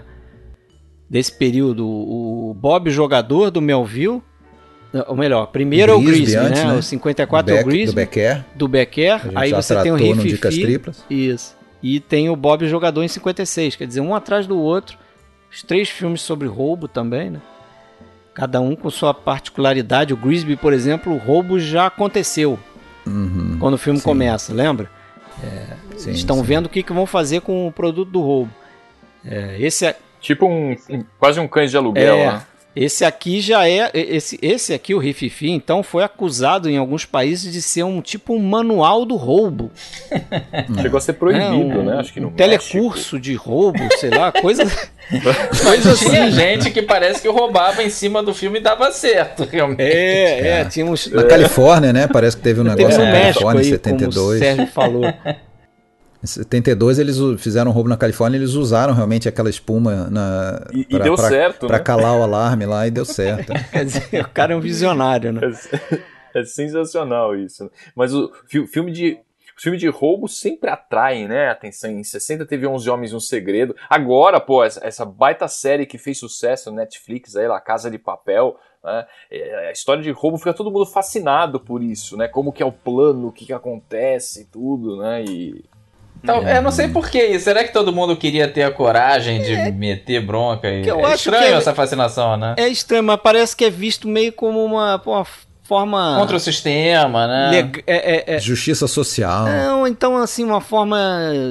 Desse período. O Bob Jogador, do Melville. Ou melhor, primeiro é o Grisby, né? né? O cinquenta e quatro é o Grisby. Do Becker. Do Becker. Aí você tem o Riff-Fi. Isso. E tem o Bob Jogador em cinquenta e seis. Quer dizer, um atrás do outro. Os três filmes sobre roubo também, né? Cada um com sua particularidade. O Grisby, por exemplo, o roubo já aconteceu. Uhum, quando o filme sim. começa, lembra? É, sim, estão sim. vendo o que, que vão fazer com o produto do roubo. É, esse é... Tipo um, quase um cães de aluguel, é, né? Esse aqui já é... Esse, esse aqui, o Riff-Fi, então, foi acusado em alguns países de ser um tipo um manual do roubo. Chegou a ser proibido, é, um, né? Acho que no um telecurso México. de roubo, sei lá, coisa... coisa assim. Tinha gente que parece que roubava em cima do filme e dava certo, realmente. É, é, é. tinha uns... Na Califórnia, né? Parece que teve um negócio teve no na México Califórnia aí, em setenta e dois. Como o Sérgio falou. Em setenta e dois eles fizeram um roubo na Califórnia, eles usaram realmente aquela espuma na, e, pra, e deu pra, certo, pra né? calar o alarme lá e deu certo. Quer dizer, o cara é um visionário, né? É, é sensacional isso. Mas o filme de... Os filmes de roubo sempre atraem, né, atenção. Em sessenta teve onze Homens e um Segredo. Agora, pô, essa, essa baita série que fez sucesso no Netflix, aí, La Casa de Papel, né, a história de roubo, fica todo mundo fascinado por isso, né, como que é o plano, o que que acontece, tudo, né, e... Então, é. Eu não sei por que isso. Será que todo mundo queria ter a coragem de é, meter bronca? E... Eu é acho estranho que é, essa fascinação, né? É estranho, mas parece que é visto meio como uma... uma... forma... Contra o sistema, né? Leg... É, é, é... Justiça social. Não, então assim, uma forma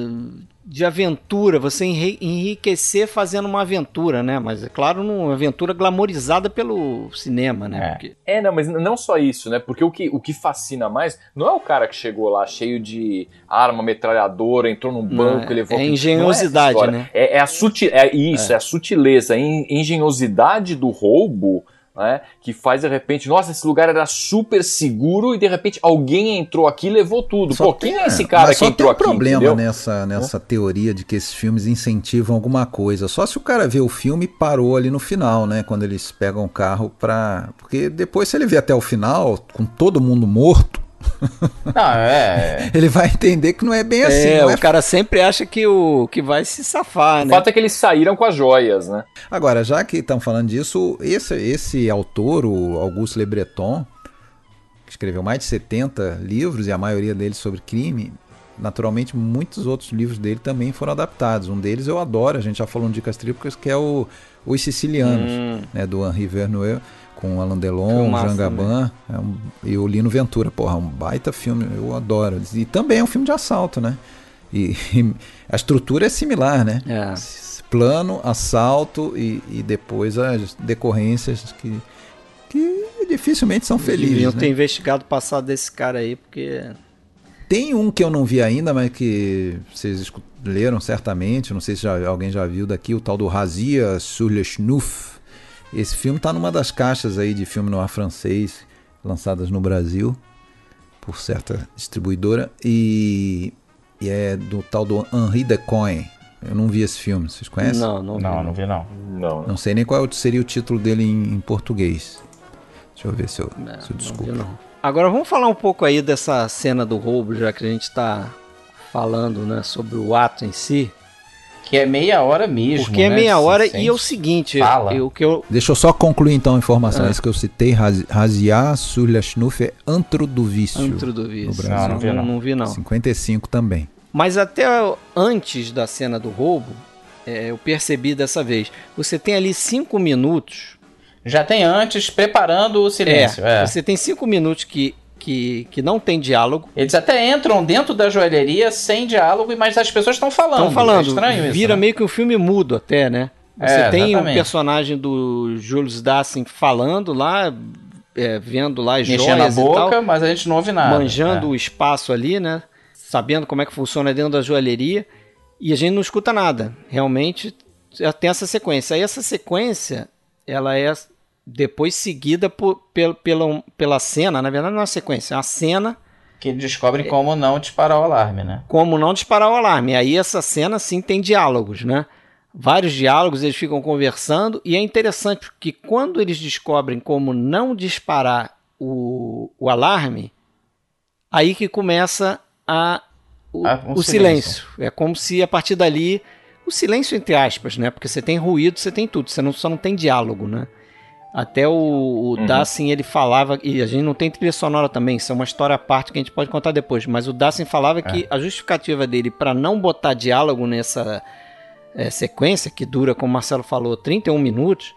de aventura, você enriquecer fazendo uma aventura, né? Mas é claro, uma aventura glamorizada pelo cinema, né? É, Porque... é não, mas não só isso, né? Porque o que, o que fascina mais não é o cara que chegou lá cheio de arma, metralhadora, entrou num banco não, e levou... É engenhosidade, é né? É, é, a sutil... é isso, é. é a sutileza, a engenhosidade do roubo... Né, que faz de repente, nossa, esse lugar era super seguro e de repente alguém entrou aqui e levou tudo. Só Pô, tem, quem é esse cara que entrou aqui? Só tem um problema entendeu? nessa, nessa teoria de que esses filmes incentivam alguma coisa. Só se o cara vê o filme e parou ali no final, né? Quando eles pegam o carro pra... Porque depois, se ele vê até o final, com todo mundo morto, não, é... ele vai entender que não é bem assim. É, não o é... cara sempre acha que, o, que vai se safar, o né? fato é que eles saíram com as joias, né? Agora, já que estão falando disso, esse, esse autor, o Auguste Le Breton, escreveu mais de setenta livros, e a maioria deles sobre crime. Naturalmente, muitos outros livros dele também foram adaptados. Um deles eu adoro, a gente já falou no Dicas Trípticas, que é o Os Sicilianos, hum. né, do Henri Verneuil, com Alain Delon, Jean Gabin, é um, e o Lino Ventura. Porra, um baita filme, eu adoro. E também é um filme de assalto, né? E, e a estrutura é similar, né? É. Plano, assalto e, e depois as decorrências que, que dificilmente são felizes. Deviam ter né? investigado o passado desse cara aí, porque... Tem um que eu não vi ainda, mas que vocês leram certamente, não sei se já, alguém já viu daqui, o tal do Razia sur le Schnuff. Esse filme está numa das caixas aí de filme noir francês, lançadas no Brasil, por certa distribuidora, e, e é do tal do Henri Decoing. Eu não vi esse filme, vocês conhecem? Não, não vi. Não, não vi não. Não, não sei nem qual seria o título dele em, em português. Deixa eu ver se eu, não, se eu desculpo. Não vi, não. Agora vamos falar um pouco aí dessa cena do roubo, já que a gente está falando, né, sobre o ato em si. Que é meia hora mesmo. Porque é né? meia hora Se e é o seguinte, fala. eu, que eu... Deixa eu só concluir então a informação. Ah. Esse que eu citei, Razia sur le Schnuff, é Antro do Vício. Antro do Vício. No Brasil. Não, não vi não. Não vi não. cinquenta e cinco também. Mas até antes da cena do roubo, é, eu percebi dessa vez. Você tem ali cinco minutos... Já tem antes, preparando o silêncio. É, é. Você tem cinco minutos que, que, que não tem diálogo. Eles até entram dentro da joalheria sem diálogo, mas as pessoas estão falando. Estão falando. É estranho isso, vira né? meio que um filme mudo até, né? Você É, tem o um exatamente. personagem do Julius Dassin falando lá, é, vendo lá as Mexendo joias a boca, e tal, mas a gente não ouve nada. manjando é. o espaço ali, né? Sabendo como é que funciona dentro da joalheria. E a gente não escuta nada. Realmente tem essa sequência. Aí essa sequência, ela é... depois seguida por, pela, pela, pela cena, na verdade não é uma sequência, é uma cena... Que descobrem como não disparar o alarme, né? Como não disparar o alarme. Aí essa cena sim tem diálogos, né? Vários diálogos, eles ficam conversando, e é interessante porque quando eles descobrem como não disparar o, o alarme, aí que começa a, o, Ah, um o silêncio. silêncio. É como se a partir dali... O silêncio entre aspas, né? Porque você tem ruído, você tem tudo, você não, só não tem diálogo, né? Até o, o Uhum. Dassin, ele falava, e a gente não tem trilha sonora também, isso é uma história à parte que a gente pode contar depois, mas o Dassin falava é. que a justificativa dele para não botar diálogo nessa é, sequência, que dura, como o Marcelo falou, trinta e um minutos,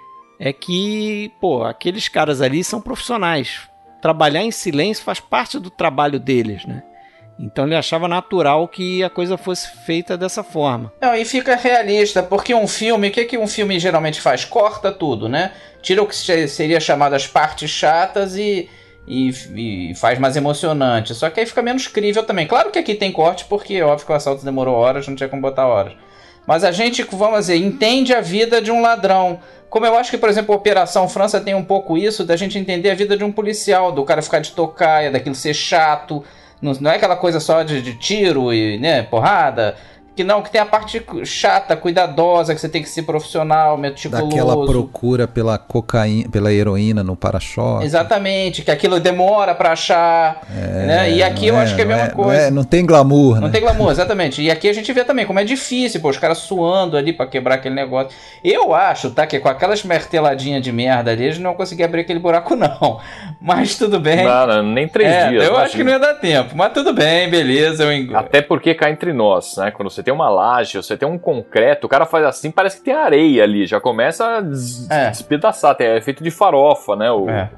é que, pô, aqueles caras ali são profissionais. Trabalhar em silêncio faz parte do trabalho deles, né? Então ele achava natural que a coisa fosse feita dessa forma. Não, e fica realista, porque um filme, o que, que um filme geralmente faz? Corta tudo, né? Tira o que seria chamado as partes chatas e, e, e faz mais emocionante. Só que aí fica menos crível também. Claro que aqui tem corte, porque óbvio que o assalto demorou horas, não tinha como botar horas. Mas a gente, vamos dizer, entende a vida de um ladrão. Como eu acho que, por exemplo, a Operação França tem um pouco isso, da gente entender a vida de um policial, do cara ficar de tocaia, daquilo ser chato. Não é aquela coisa só de, de tiro e, né, porrada. Que não, que tem a parte chata, cuidadosa, que você tem que ser profissional, meticuloso. Daquela procura pela cocaína, pela heroína no para-choque. Exatamente, que aquilo demora pra achar. É, né? E aqui eu é, acho que é a mesma é, coisa. Não, é, não tem glamour, Não né? tem glamour, exatamente. E aqui a gente vê também como é difícil, pô, os caras suando ali pra quebrar aquele negócio. Eu acho, tá, que com aquelas marteladinhas de merda ali, eles não vão conseguir abrir aquele buraco, não. Mas tudo bem. Não, não, nem três é, dias. Eu imagina. acho que não ia dar tempo, mas tudo bem, beleza. Eu... Até porque cá entre nós, né? Quando você tem uma laje, você tem um concreto, o cara faz assim, parece que tem areia ali, já começa a des É. despedaçar, tem efeito de farofa, né? O, É.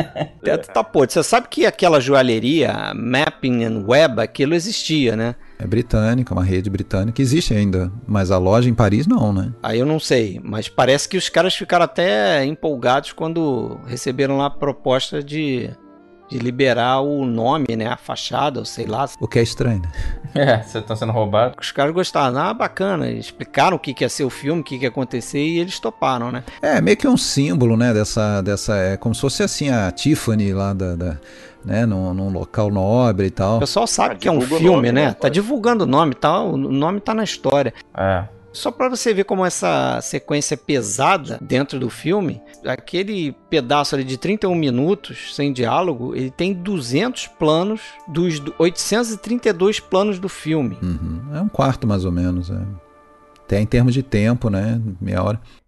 o- É. Tá, pô, você sabe que aquela joalheria, Mapping and Web, aquilo existia, né? É britânica, uma rede britânica. Existe ainda, mas a loja em Paris não, né? Aí eu não sei, mas parece que os caras ficaram até empolgados quando receberam lá a proposta de, de liberar o nome, né? A fachada, ou sei lá. O que é estranho, né? É, vocês estão sendo roubados. Os caras gostaram, ah, bacana, eles explicaram o que, que ia ser o filme, o que, que ia acontecer e eles toparam, né? É, meio que um símbolo, né, dessa, dessa é como se fosse assim a Tiffany lá da, da né, num, num local nobre e tal. O pessoal sabe Ah, que é um divulga o filme, nome, né? né? Tá divulgando o nome, tá? O nome tá na história. É. Só pra você ver como essa sequência é pesada dentro do filme, aquele pedaço ali de trinta e um minutos, sem diálogo, ele tem duzentos planos dos oitocentos e trinta e dois planos do filme. Uhum. É um quarto mais ou menos, é. Até em termos de tempo, né, meia hora.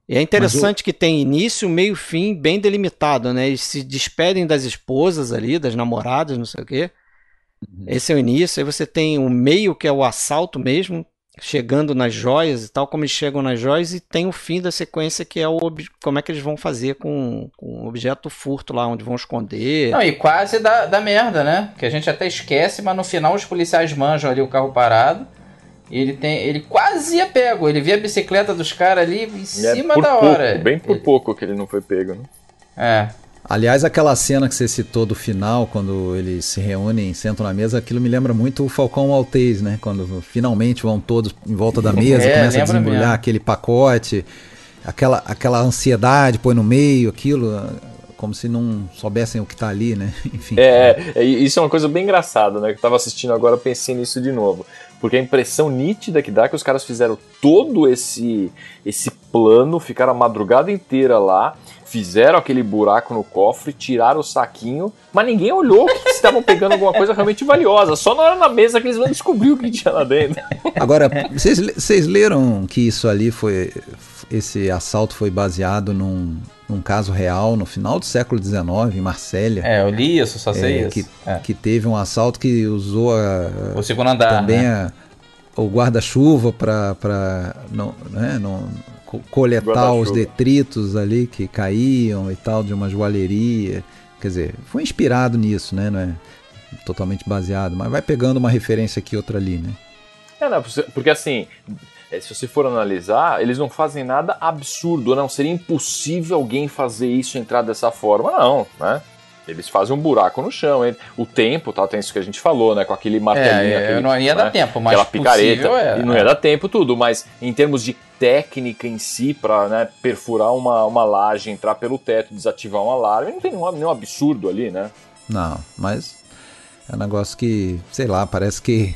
E é interessante eu... que tem início, meio, fim bem delimitado, né? Eles se despedem das esposas ali, das namoradas, não sei o quê. Uhum. Esse é o início. Aí você tem o meio, que é o assalto mesmo, chegando nas joias e tal, como eles chegam nas joias, e tem o fim da sequência, que é o ob... como é que eles vão fazer com, com o objeto furto lá, onde vão esconder. Não, e quase dá, dá merda, né? Que a gente até esquece, mas no final os policiais manjam ali o carro parado. Ele tem, ele quase ia pego, ele via a bicicleta dos caras ali em cima é da pouco, hora. Bem por ele... pouco que ele não foi pego, né? É. Aliás, aquela cena que você citou do final, quando eles se reúnem, sentam na mesa, aquilo me lembra muito o Falcão Maltês, né? Quando finalmente vão todos em volta da mesa, é, começa a desembrulhar mesmo. aquele pacote, aquela, aquela ansiedade, põe no meio, aquilo, como se não soubessem o que tá ali, né? Enfim. É, é, isso é uma coisa bem engraçada, né? Que eu tava assistindo agora, pensei nisso de novo. Porque a impressão nítida que dá é que os caras fizeram todo esse, esse plano, ficaram a madrugada inteira lá, fizeram aquele buraco no cofre, tiraram o saquinho, mas ninguém olhou que estavam pegando alguma coisa realmente valiosa. Só na hora na mesa que eles vão descobrir o que tinha lá dentro. Agora, vocês leram que isso ali foi... Esse assalto foi baseado num, num caso real no final do século dezenove, em Marsella. É, eu li isso, só sei é, isso. Que, é. que teve um assalto que usou a, o segundo andar, também né? a, o guarda-chuva para não, né, não, coletar os detritos ali que caíam e tal, de uma joalheria. Quer dizer, foi inspirado nisso, né? Não é totalmente baseado, mas vai pegando uma referência aqui e outra ali, né? É, não, porque assim... Se você for analisar, eles não fazem nada absurdo, não, seria impossível alguém fazer isso, entrar dessa forma, não, né? Eles fazem um buraco no chão, o tempo, tá, tem isso que a gente falou, né, com aquele martelinho, é, aquele, não ia né, dar tempo, mas aquela picareta, é, e não ia dar tempo tudo, mas em termos de técnica em si, pra, né, perfurar uma, uma laje, entrar pelo teto, desativar um alarme, não tem nenhum, nenhum absurdo ali, né? Não, mas é um negócio que, sei lá, parece que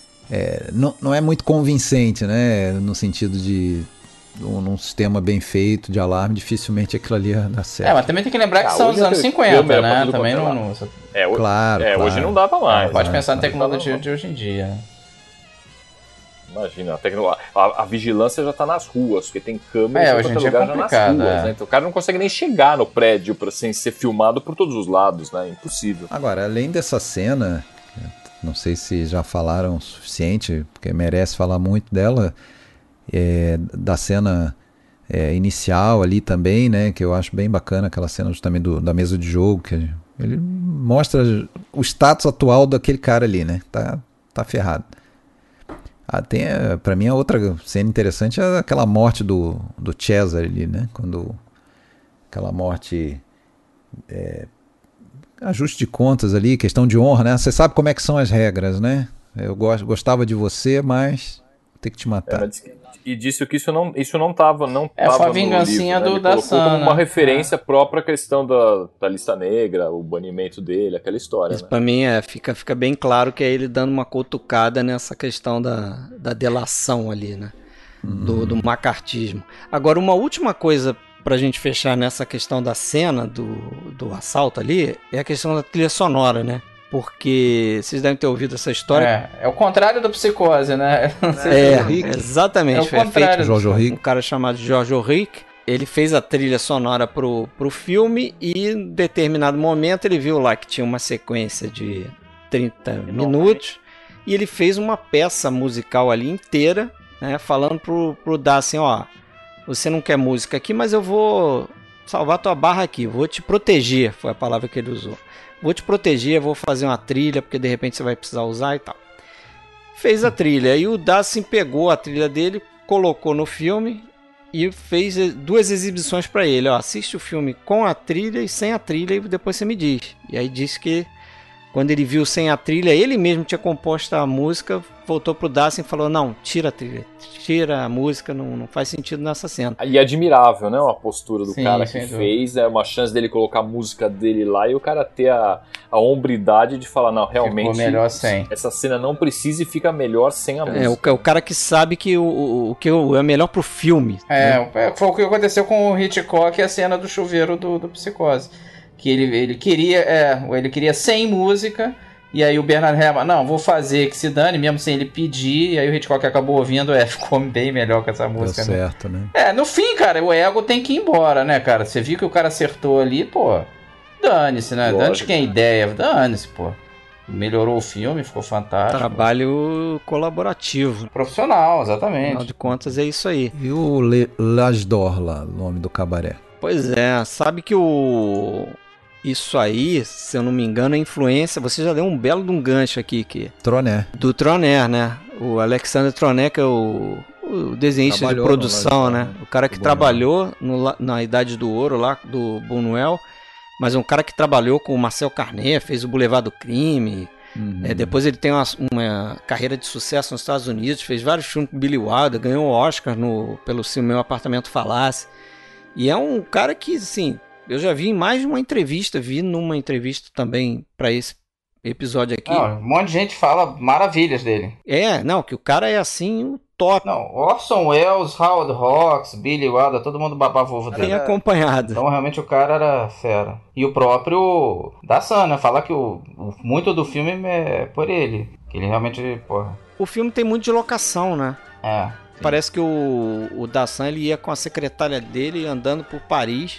É, não, não é muito convincente, né? No sentido de um, num sistema bem feito de alarme, dificilmente aquilo ali ia dar certo. É, mas também tem que lembrar que ah, são os anos cinquenta, né? Também não, não... É, o... claro, é, claro. Hoje não dava mais. Pode né? pensar na tecnologia de hoje em dia. Imagina, a, tecno... a, a vigilância já está nas ruas, porque tem câmeras é, em hoje em dia lugar é complicado, já nas ruas, é. né? Então o cara não consegue nem chegar no prédio para sem ser filmado por todos os lados, né? Impossível. Agora, além dessa cena, não sei se já falaram o suficiente, porque merece falar muito dela, é, da cena é, inicial ali também, né, que eu acho bem bacana, aquela cena justamente do, da mesa de jogo, que ele mostra o status atual daquele cara ali, né, tá, tá ferrado. Ah, tem, pra mim, a outra cena interessante é aquela morte do, do Cesar ali, né, quando aquela morte... É, ajuste de contas ali, questão de honra, né? Você sabe como é que são as regras, né? Eu gost, gostava de você, mas vou ter que te matar. É, e disse que isso não isso não estava não é, tava foi a vingancinha livro, né? do da Sana. Como uma referência é. própria à questão da, da lista negra, o banimento dele, aquela história. Isso, né? Pra mim é, fica, fica bem claro que é ele dando uma cutucada nessa questão da, da delação ali, né? Hum. Do, do macartismo. Agora, uma última coisa pra gente fechar nessa questão da cena do, do assalto ali, é a questão da trilha sonora, né? Porque vocês devem ter ouvido essa história. É, é o contrário do Psicose, né? É, exatamente. É o foi contrário. feito Jorge Henrique. Um cara chamado Jorge Henrique. Ele fez a trilha sonora pro, pro filme e em determinado momento ele viu lá que tinha uma sequência de trinta minutos e ele fez uma peça musical ali inteira, né? Falando pro, pro Dá assim, ó... Você não quer música aqui, mas eu vou salvar tua barra aqui. Vou te proteger, foi a palavra que ele usou. Vou te proteger, vou fazer uma trilha, porque de repente você vai precisar usar e tal. Fez a trilha. E o Dustin pegou a trilha dele, colocou no filme e fez duas exibições para ele. Ó, assiste o filme com a trilha e sem a trilha e depois você me diz. E aí disse que quando ele viu sem a trilha, ele mesmo tinha composto a música, voltou pro Dustin e falou, não, tira a trilha, tira a música, não, não faz sentido nessa cena. E é admirável, né, a postura do Sim, cara que fez, é uma chance dele colocar a música dele lá e o cara ter a, a hombridade de falar, não, realmente, ficou melhor sem. Essa cena não precisa e fica melhor sem a música. É, o, o cara que sabe que o, o que é melhor pro filme. É, né? Foi o que aconteceu com o Hitchcock e a cena do chuveiro do, do Psicose. Que ele, ele queria é, ele queria sem música E aí o Bernard Herrmann, não, vou fazer que se dane, mesmo sem ele pedir. E aí o Hitchcock acabou ouvindo, é, ficou bem melhor com essa música. Deu certo, né? É, no fim, cara, o ego tem que ir embora, né, cara? Você viu que o cara acertou ali, pô, dane-se, né? Dane-se quem é ideia, dane-se, pô. Melhorou o filme, ficou fantástico. Trabalho colaborativo. Profissional, exatamente. Afinal de contas, é isso aí. E o Le- L'Âge d'Or lá, o nome do cabaré? Pois é, sabe que o... Isso aí, se eu não me engano, é influência... Você já deu um belo de um gancho aqui, que... Troné. Do Troner, né? O Alexander Troner, que é o, o desenhista Trabalhou de produção, no né? Lage- O cara que do trabalhou no, na Idade do Ouro lá, do Buñuel, mas é um cara que trabalhou com o Marcel Carné, fez o Boulevard do Crime. Uhum. É, depois ele tem uma, uma carreira de sucesso nos Estados Unidos, fez vários filmes com Billy Wilder, ganhou o Oscar no, pelo filme Meu Apartamento Falasse. E é um cara que, assim, eu já vi em mais de uma entrevista, vi numa entrevista também para esse episódio aqui. Não, um monte de gente fala maravilhas dele. É, não, que o cara é assim, o top. Não, Orson Welles, Howard Hawks, Billy Wilder, todo mundo babava o ovo Bem dele. acompanhado. Então realmente o cara era fera. E o próprio Dassan, né? Falar que o, o- muito do filme é por ele. Que ele realmente, porra. O filme tem muito de locação, né? É. Parece que o, o Dassan ele ia com a secretária dele andando por Paris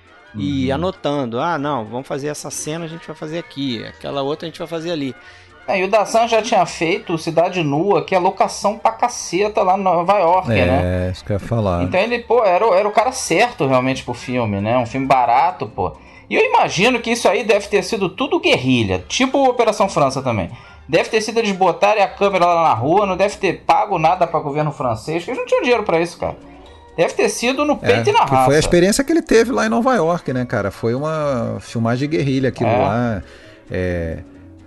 e Uhum. anotando. Ah, não, vamos fazer essa cena, a gente vai fazer aqui. Aquela outra a gente vai fazer ali. É, e o Dassan já tinha feito Cidade Nua, que é locação pra caceta lá em Nova York, né? É, isso que eu ia falar. Então ele, pô, era, o- era o cara certo realmente pro filme, né? Um filme barato, pô. E eu imagino que isso aí deve ter sido tudo guerrilha, tipo Operação França também. Deve ter sido eles botarem a câmera lá na rua, não deve ter pago nada pra governo francês, porque eles não tinham dinheiro pra isso, cara. Deve ter sido no É, peito e na que raça. foi a experiência que ele teve lá em Nova York, né, cara? Foi uma filmagem de guerrilha aquilo É. lá. É,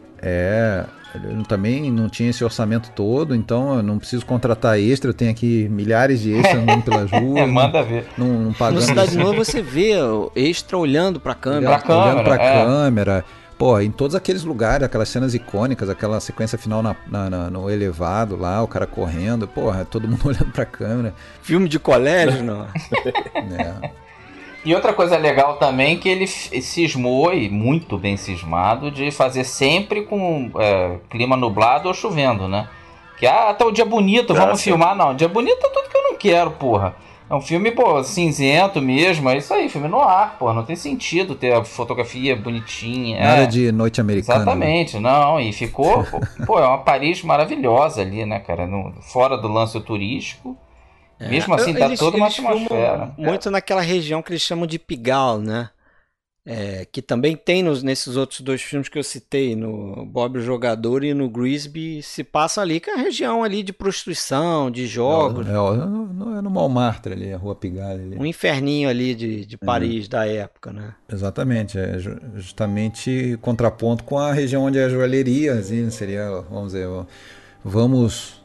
é, ele também não tinha esse orçamento todo, então eu não preciso contratar extra. Eu tenho aqui milhares de extras andando pelas ruas. É, manda ver. Não, não No pagando. Cidade Nova você vê o extra olhando pra câmera. Pra olhando pra câmera, é. câmera. Pô, em todos aqueles lugares, aquelas cenas icônicas, aquela sequência final na, na- na- no elevado lá, o cara correndo, porra, todo mundo olhando pra câmera. Filme de colégio, não. Né? E outra coisa legal também que ele f- cismou, e muito bem cismado, de fazer sempre com é, clima nublado ou chovendo, né? Que, ah, tá o dia bonito, Tá, vamos sim. filmar. Não, dia bonito é tudo que eu não quero, porra. É um filme, pô, cinzento mesmo, é isso aí, filme no ar, pô, não tem sentido ter a fotografia bonitinha. Nada é. de noite americana. né? Exatamente, não, e ficou, pô, pô, é uma Paris maravilhosa ali, né, cara, no- fora do lance turístico, mesmo assim dá Eles- toda uma eles filmam atmosfera. muito naquela região que eles chamam de Pigalle, né? É, que também tem nos, nesses outros dois filmes que eu citei, no Bob o Jogador e no Grisby, se passa ali, que é a região ali de prostituição, de jogos, É, ó, no, é no Montmartre ali, a Rua Pigalle ali. um inferninho ali de, de Paris da época, né? Exatamente, é ju- justamente contraponto com a região onde é a joalheria, assim, seria, vamos dizer, ó, vamos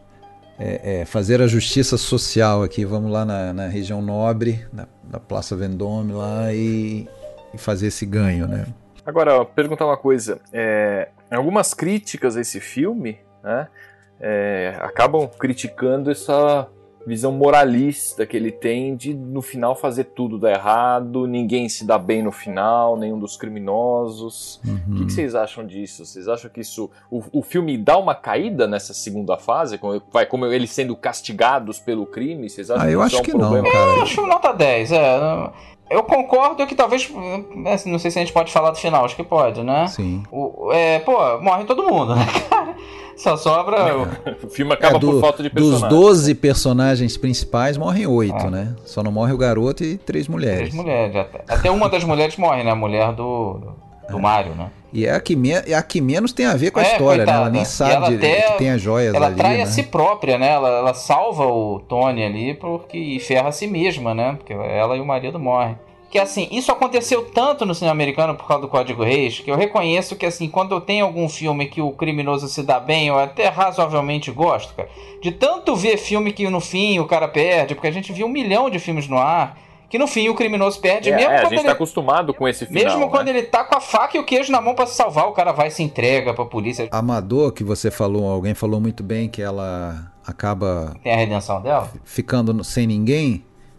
é, é, fazer a justiça social aqui, vamos lá na, na região nobre, na, na Praça Vendôme lá e, e fazer esse ganho, né? Agora, ó, perguntar uma coisa. É, algumas críticas a esse filme, né, é, acabam criticando essa visão moralista que ele tem de, no final, fazer tudo dar errado, ninguém se dá bem no final, nenhum dos criminosos. O Uhum. que, que vocês acham disso? Vocês acham que isso... O, o filme dá uma caída nessa segunda fase? Como, vai, como eles sendo castigados pelo crime? Vocês acham Ah, eu que acho isso é um que não, problema? cara. Eu acho nota dez, é. Eu concordo que talvez. é, Não sei se a gente pode falar do final, acho que pode, né? Sim. O, é, pô, morre todo mundo, né, cara? Só sobra. o- O filme acaba É, do- por falta de dos personagem. doze personagens principais, morrem oito, Ah. né? Só não morre o garoto e três mulheres. Três mulheres. Até, até uma das mulheres morre, né? A mulher do, do Mário, né? E é a, que me- é a que menos tem a ver com a É, história, né? Ela coitada. nem E sabe ela direito até- que tem as joias Ela ali, trai né? a si própria, né? Ela, ela salva o Tony ali porque, e ferra a si mesma, né? Porque ela e o marido morrem. Que assim, isso aconteceu tanto no cinema americano por causa do Código Reis, que eu reconheço que assim, quando eu tenho algum filme que o criminoso se dá bem, eu até razoavelmente gosto, cara. De tanto ver filme que no fim o cara perde, porque a gente viu um milhão de filmes no ar, que no fim o criminoso perde, É, mesmo é, a quando gente ele... tá acostumado com esse final. Mesmo quando né? ele tá com a faca e o queijo na mão pra se salvar, o cara vai e se entrega pra polícia. Amador, que você falou, alguém falou muito bem que ela acaba Tem a redenção dela? ficando no- sem ninguém.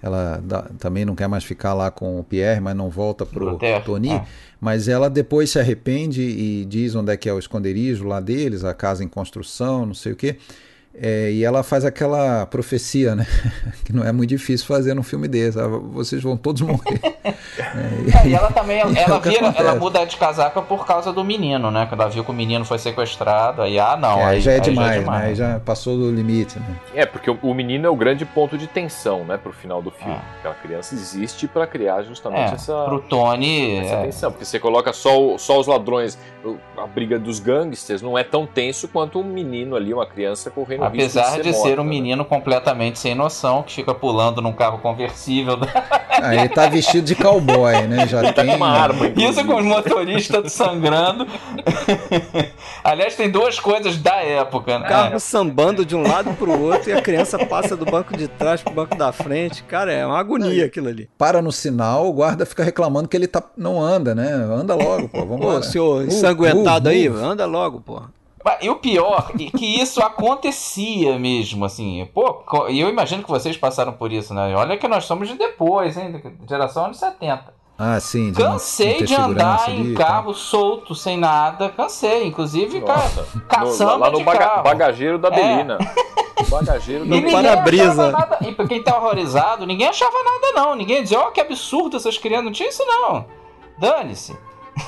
ela dá, também não quer mais ficar lá com o Pierre, mas não volta pro Tony. Ah. Mas ela depois se arrepende e diz onde é que é o esconderijo lá deles, a casa em construção, não sei o quê. É, e ela faz aquela profecia, né? Que não é muito difícil fazer num filme desse. Vocês vão todos morrer. É, e ela também, ela, E é ela, o que vira, acontece. ela muda de casaca por causa do menino, né? Quando ela viu que o menino foi sequestrado, aí, ah, não. É, aí, aí já é aí demais, já é demais. né? Aí já passou do limite, né? É, porque o, o menino é o grande ponto de tensão, né, pro final do filme. É. Aquela criança existe pra criar justamente É, essa, pro Tony... essa é, tensão. Porque você coloca só, o- só os ladrões, o- a briga dos gangsters não é tão tenso quanto um menino ali, uma criança correndo risco apesar de ser de morta, ser um né? menino completamente sem noção, que fica pulando num carro conversível. Ah, ele tá vestido de cowboy, né? Já Ele tá tem com uma arma, Isso inclusive. com os motoristas sangrando. Aliás, tem duas coisas da época, né? O carro sambando de um lado pro outro e a criança passa do banco de trás pro banco da frente. Cara, é uma agonia aquilo ali. para no sinal, o guarda fica reclamando que ele tá, não anda, né? Anda logo, pô, vamos Pô, lá. senhor ensanguentado aí, anda logo, porra. Mas, e o pior é que isso acontecia mesmo, assim. Pô, e eu imagino que vocês passaram por isso, né? Olha que nós somos de depois, hein? Geração anos setenta. Ah, sim. De não- não Cansei ter de andar segurança em ali, carro solto, sem nada. Cansei, inclusive, cara, Nossa, caçamba no, lá no de baga- carro. bagageiro da É. Belina. O bagageiro da E No ninguém Belina. para-brisa. achava nada. E pra quem tá horrorizado, ninguém achava nada, não. Ninguém dizia, ó, que absurdo essas crianças. Não tinha isso, não. Dane-se.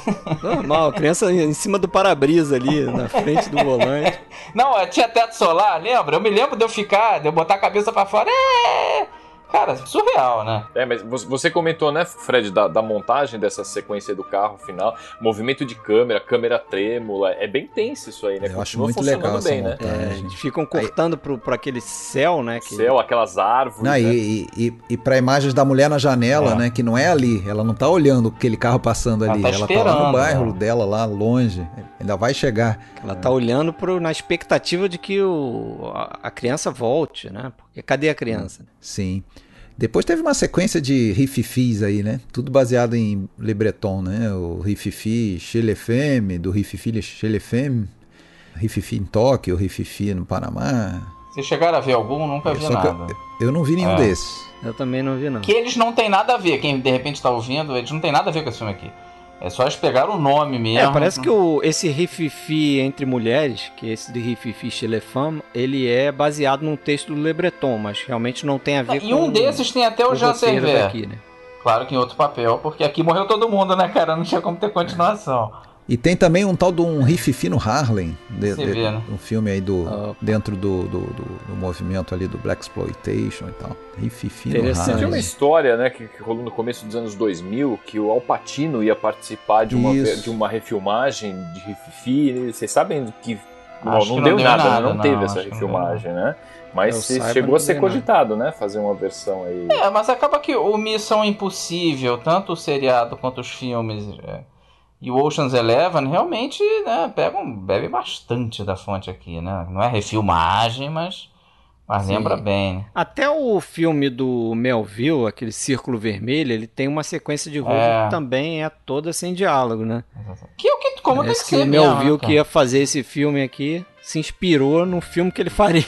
Normal, criança em cima do para-brisa ali, na frente do volante. Não, tinha teto solar, lembra? Eu me lembro de eu ficar, de eu botar a cabeça pra fora. É! Cara, surreal, né? É, mas vo- você comentou, né, Fred, da, da montagem dessa sequência do carro final, movimento de câmera, câmera trêmula, é bem tenso isso aí, né? Eu acho Continua muito funcionando legal essa bem, né? montagem. É, eles ficam cortando pro, pro aquele céu, né? Que... Céu, aquelas árvores, Não, né? e, e, e para imagens da mulher na janela, É. né? Que não é ali. Ela não tá olhando aquele carro passando Ela ali. tá Ela tá lá esperando, no bairro né? dela, lá longe. Ainda vai chegar. Ela tá olhando pro, na expectativa de que o, a, a criança volte, né? Porque cadê a criança? Sim. Depois teve uma sequência de rififis aí, né? Tudo baseado em Le Breton, né? O rififi Chez les Femmes, do rififi Chez les Femmes, rififi em Tóquio, rififi no Panamá. Vocês chegaram a ver algum? Nunca vi Só que nada. eu, eu não vi nenhum É. desses. Eu também não vi, não. Que eles não tem nada a ver. Quem de repente tá ouvindo, eles não tem nada a ver com esse filme aqui. É só eles pegaram o nome mesmo. É, parece que o, esse rififi entre mulheres, que é esse de rififi chez les femmes, ele é baseado num texto do Le Breton, mas realmente não tem a ver E com um desses tem até o o Jean roteiro Servet. daqui, né? Claro que em outro papel, porque aqui morreu todo mundo, né, cara? Não tinha como ter continuação. E tem também um tal de um rififi no Harlem, de, Você de- vê, né? um filme aí do, Opa. dentro do, do, do- do movimento ali do Black Exploitation e tal. Rififi no Interessante. Harlem. Tinha uma história, né, que, que rolou no começo dos anos dois mil, que o Al Pacino ia participar de uma, Isso. de uma refilmagem de Rififi. Vocês sabem que não, Acho não que não deu, deu nada, nada, né? não, não, teve acho essa que não refilmagem, né? Mas Eu se- saiba, chegou não a ser deu nada. cogitado, né? Fazer uma versão aí. É, mas acaba que o Missão Impossível, tanto o seriado quanto os filmes é, e o Ocean's Eleven, realmente, né, pegam, bebe bastante da fonte aqui, né? Não é refilmagem, mas, mas Sim. lembra bem, né? Até o filme do Melville, aquele Círculo Vermelho, ele tem uma sequência de roubo É. que também é toda sem diálogo, né? Que é o que, como Parece tem que que ser o mesmo, Melville né, que ia fazer esse filme aqui se inspirou no filme que ele faria.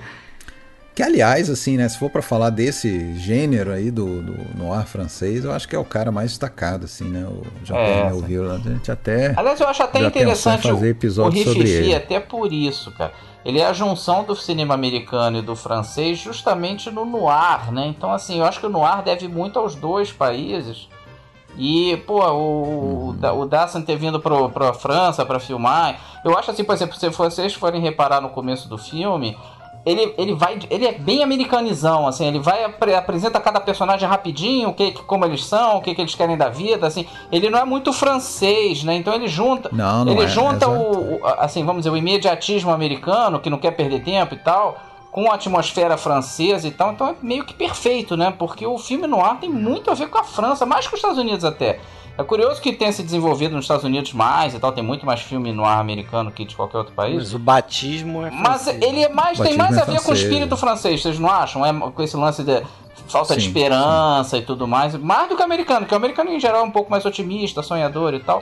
Que, aliás, assim, né, se for pra falar desse gênero aí do, do noir francês, eu acho que é o cara mais destacado, assim, né, o Jean-Pierre É, Melville. A gente até Aliás, eu acho até já pensou em interessante fazer o, o episódio sobre Rififi, ele. até por isso, cara. Ele é a junção do cinema americano e do francês justamente no noir, né? Então, assim, eu acho que o noir deve muito aos dois países. E, pô, o, Uhum. o, o Dassin ter vindo pro, pra França pra filmar. Eu acho assim, por exemplo, se vocês forem reparar no começo do filme, ele, ele vai. Ele é bem americanizão, assim, ele vai apre, apresenta cada personagem rapidinho, o que, como eles são, o que, que eles querem da vida, assim. Ele não é muito francês, né? Então ele junta. Não, não ele é, junta exato. o, o, assim, vamos dizer, o imediatismo americano, que não quer perder tempo e tal, com a atmosfera francesa e tal. Então é meio que perfeito, né? Porque o filme noir tem muito a ver com a França, mais que os Estados Unidos até. É curioso que tenha se desenvolvido nos Estados Unidos mais e tal, tem muito mais filme noir americano que de qualquer outro país. Mas o batismo é Mas francês. ele é mais, tem Batismo mais é a ver com o francês. espírito francês, vocês não acham? É com esse lance de falta de Sim, esperança e tudo mais. Mais do que o americano, que o americano em geral é um pouco mais otimista, sonhador e tal.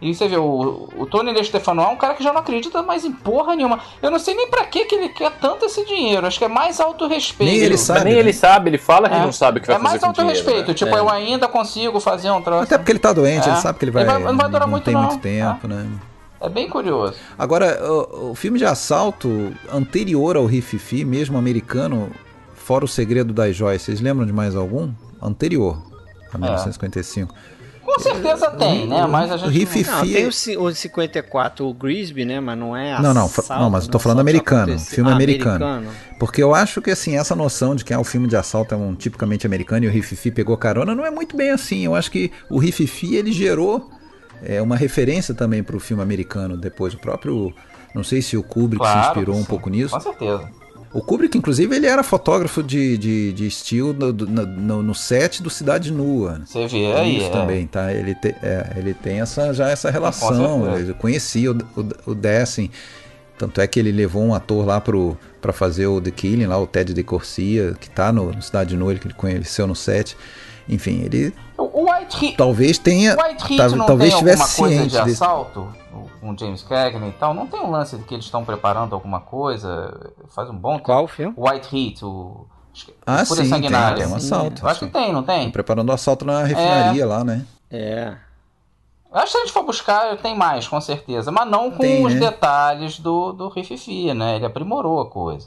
E você vê, o, o Tony DeStefano é um cara que já não acredita mais em porra nenhuma. Eu não sei nem pra que que ele quer tanto esse dinheiro. Acho que é mais autorrespeito. Nem ele sabe. Mas nem né? ele sabe, ele fala que É. não sabe o que vai É fazer mais com o dinheiro. autorrespeito. Né? Tipo, É. eu ainda consigo fazer um troço. Até porque ele tá doente, É. ele sabe que ele vai. Ele vai- não vai durar muito, tem não. muito tempo, né? É bem curioso. Agora, o, o filme de assalto anterior ao Rififi, mesmo americano, fora o Segredo das Joias, vocês lembram de mais algum? Anterior a mil novecentos e cinquenta e cinco. Com certeza tem, né? Mas a O gente... Riff Não, tem o, ci- o cinquenta e quatro, o Grisby, né? Mas não é Não, não, assalto, fa- não, mas eu tô né? falando Assalto americano, acontece- filme Ah, americano. Porque eu acho que assim, essa noção de que ah, o filme de assalto é um tipicamente americano e o Rififi pegou carona não é muito bem assim. Eu acho que o Rififi ele gerou é, uma referência também para o filme americano depois. O próprio, não sei se o Kubrick Claro, se inspirou um sim, pouco nisso. Com certeza. O Kubrick, inclusive, ele era fotógrafo de, de, de estilo no, no, no- no set do Cidade Nua. Você vê aí. Isso é. também, tá? Ele, te, é, ele tem essa, já essa relação. certeza. Eu conhecia o, o, o Dessen. Tanto é que ele levou um ator lá pro, pra fazer o The Killing, lá, o Ted DeCorsia, que tá no, no Cidade Nua, que ele conheceu no set. Enfim, ele O White Heat, talvez tenha. o White Heat tal- não talvez tem tivesse alguma coisa de ciente desse. assalto? Com o James Cagney e tal? Não tem um lance de que eles estão preparando alguma coisa? Faz um bom tempo. Qual o filme? O White Heat, o... Ah, Fúria sim, tem, Sanguinária. tem um assalto. Eu acho que tem, não tem? Preparando o assalto na refinaria lá, né? É. Eu acho que se a gente for buscar, tem mais, com certeza. Mas não com Tem, os né? detalhes do, do Rififi, né? Ele aprimorou a coisa.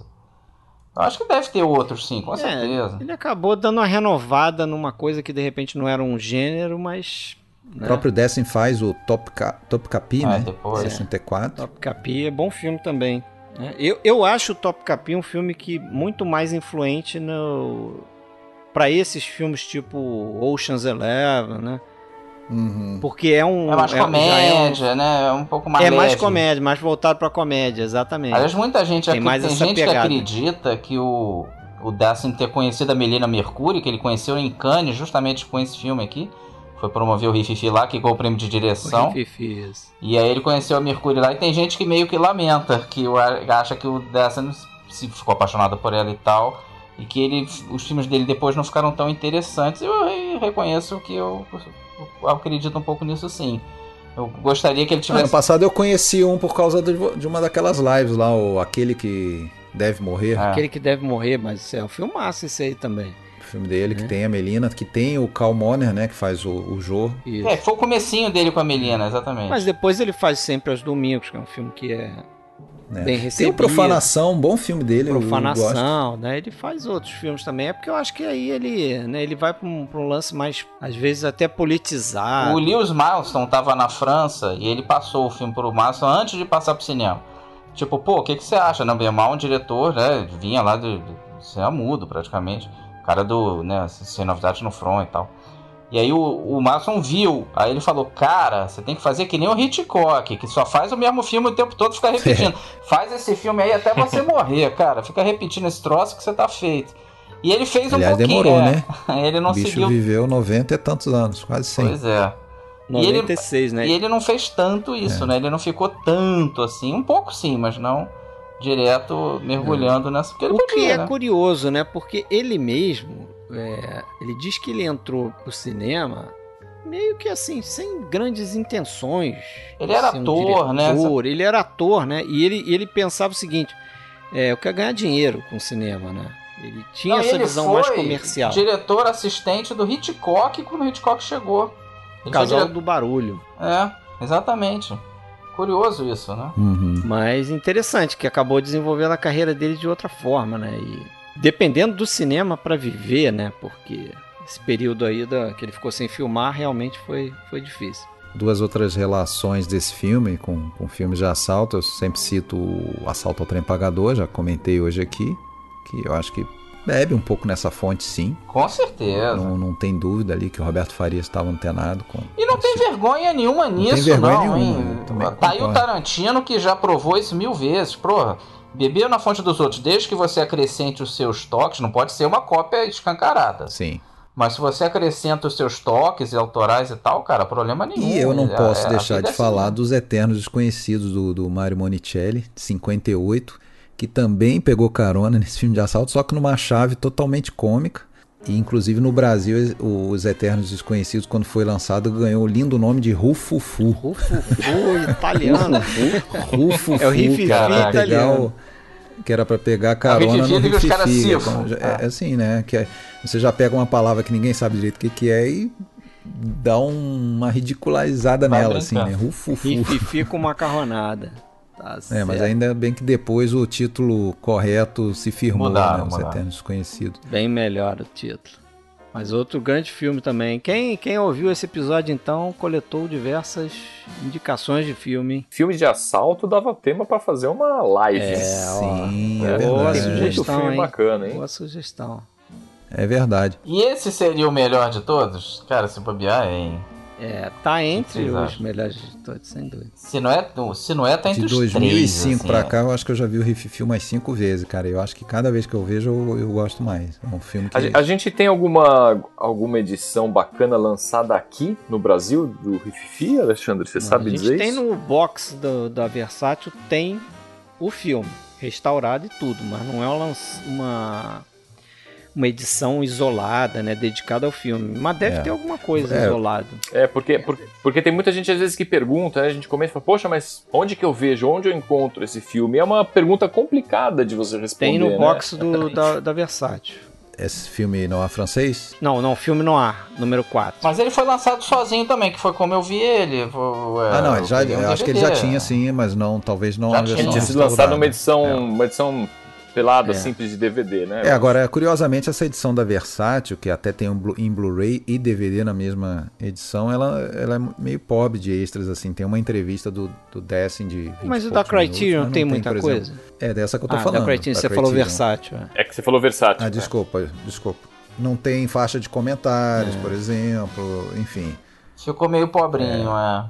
Eu acho que deve ter outros, sim, com É, certeza. ele acabou dando uma renovada numa coisa que de repente não era um gênero, mas. O Né? próprio Dessen faz o Top, Ca- Top Capi, Ah, né? depois. sessenta e quatro. Top Capi é bom filme também. Né? Eu, eu acho o Top Capi um filme que muito mais influente no para esses filmes tipo Ocean's Eleven, né? Uhum. Porque é um É mais já é um- comédia, né? É um pouco mais é mais leve. comédia, mais voltado pra comédia, exatamente. Aliás, muita gente, Tem tem mais tem essa gente que pegada. acredita que o, o Dessen ter conhecido a Melina Mercuri, que ele conheceu em Cannes justamente com esse filme aqui, foi promover o Rififi lá, que ganhou o prêmio de direção. Fifis. E aí ele conheceu a Mercúrio lá e tem gente que meio que lamenta, que o- acha que o Dessen se ficou apaixonado por ela e tal, e que ele, os filmes dele depois não ficaram tão interessantes. Eu re- reconheço que eu, eu acredito um pouco nisso, sim. Eu gostaria que ele Ano tivesse... passado eu conheci um por causa de, de uma daquelas lives lá, o Aquele que Deve Morrer. É. Aquele que deve morrer, mas é um filmaço esse aí também. O filme dele, É. que tem a Melina, que tem o Cal Moner, né? Que faz o, o Jô. Isso. É, foi o comecinho dele com a Melina, exatamente. Mas depois ele faz Sempre aos Domingos, que é um filme que é Né? bem Tem recebido. o Profanação, um bom filme dele. eu gosto. Profanação, né? Ele faz outros filmes também. É porque eu acho que aí ele, né, ele vai para um, pra um lance mais, às vezes, até politizado. O Lewis Milestone estava na França e ele passou o filme pro Milestone antes de passar pro cinema. Tipo, pô, o que, que você acha? Não, bem mal, um diretor, né? Vinha lá do, do cinema mudo, praticamente. O cara do, né, Sem Novidades no Front e tal. E aí o, o Milestone viu, aí ele falou, cara, você tem que fazer que nem o Hitchcock, que só faz o mesmo filme o tempo todo, fica repetindo. Faz esse filme aí até você morrer, cara. Fica repetindo esse troço que você tá feito. E ele fez um Aliás, pouquinho. demorou, é. né? Ele não O bicho seguiu. viveu noventa e tantos anos, quase cem. Pois é. noventa e seis, né? E ele não fez tanto isso, É. né? Ele não ficou tanto assim, um pouco sim, mas não direto mergulhando nessa. Porque ele O que podia, é né? curioso, né? Porque ele mesmo, é, ele diz que ele entrou pro cinema meio que assim, sem grandes intenções. Ele de era ser um ator, né? diretor. Ele era ator, né? E ele, ele pensava o seguinte: é, eu quero ganhar dinheiro com o cinema, né? Ele tinha Não, essa ele visão foi mais comercial. diretor assistente do Hitchcock quando o Hitchcock chegou. Ele Casal foi dire- do barulho. É, exatamente. Curioso isso, né? Uhum. Mas interessante, que acabou desenvolvendo a carreira dele de outra forma, né? E dependendo do cinema para viver, né? Porque esse período aí da, que ele ficou sem filmar realmente foi, foi difícil. Duas outras relações desse filme com, com filmes de assalto. Eu sempre cito o Assalto ao Trem Pagador, já comentei hoje aqui, que eu acho que bebe um pouco nessa fonte, sim. Com certeza. Não, não tem dúvida ali que o Roberto Farias estava antenado com. E não tem vergonha nenhuma nisso, vergonha não, nenhuma, hein? eu também Tá aí o concordo. Tarantino que já provou isso mil vezes. Porra, beber na fonte dos outros, desde que você acrescente os seus toques, não pode ser uma cópia escancarada. Sim. Mas se você acrescenta os seus toques e autorais e tal, cara, problema nenhum. E eu não É- posso é- a deixar vida de é falar assim. dos Eternos Desconhecidos do, do Mário Monicelli, de cinquenta e oito, que também pegou carona nesse filme de assalto, só que numa chave totalmente cômica. E, inclusive, no Brasil, Os Eternos Desconhecidos, quando foi lançado, ganhou o lindo nome de Rufufu. Rufufu, italiano. Rufufu. É o Rififi italiano. Que era para pegar carona no Rififi. É, é assim, né? Que é, você já pega uma palavra que ninguém sabe direito o que, que é e dá um, uma ridicularizada Vai nela, brincar. assim, né? Rufufu. Rififi com macarronada. Tá É, mas ainda bem que depois o título correto se firmou, Mudaram, né? Os mudaram. Eternos Desconhecidos. Bem melhor o título. Mas outro grande filme também. Quem, quem ouviu esse episódio, então, coletou diversas indicações de filme, hein? Filme de assalto dava tema pra fazer uma live. É, Sim, ó, é boa verdade. Muito sugestão, filme hein? bacana, hein? Boa sugestão. É verdade. E esse seria o melhor de todos? Cara, se bobear, hein? É, tá entre vocês os acham? melhores de todos, sem dúvida. Se não é, se não é tá entre De os dois mil e três, cinco assim, pra é. cá, eu acho que eu já vi o Rififi umas cinco vezes, cara. Eu acho que cada vez que eu vejo, eu, eu gosto mais. É um filme que... A, ge- a gente tem alguma, alguma edição bacana lançada aqui no Brasil do Rififi, Alexandre? Você sabe A gente dizer tem isso? no box do, da Versátil, tem o filme, restaurado e tudo, mas não é uma, lanç- uma, uma edição isolada, né, dedicada ao filme. Mas deve É. ter alguma coisa É. isolada. É, porque, porque, porque tem muita gente às vezes que pergunta, né? A gente começa e fala, poxa, mas onde que eu vejo, onde eu encontro esse filme? É uma pergunta complicada de você responder, Tem no né? box do, da, da Versátil. Esse filme não é francês? Não, não, filme no ar, número quatro. Mas ele foi lançado sozinho também, que foi como eu vi ele. Foi, é, ah, não, ele já, eu peguei um eu acho que ele D V D. já tinha sim, mas não, talvez não Já a tinha. versão Tinha sido restaurada. lançado uma edição, É. uma edição pelada, É. simples de D V D, né? É, agora, curiosamente, essa edição da Versátil, que até tem um Blu- em Blu-ray e D V D na mesma edição, ela, ela é meio pobre de extras, assim. Tem uma entrevista do, do Dessing de vinte Mas e o da poucos minutos, Criterion mas tem muita por coisa? exemplo- É, dessa que eu tô Ah, falando. da Criterion, da você falou Criterion. Versátil. é. É que você falou versátil. Ah, né? desculpa, desculpa. Não tem faixa de comentários, É. por exemplo, enfim. Ficou meio pobrinho,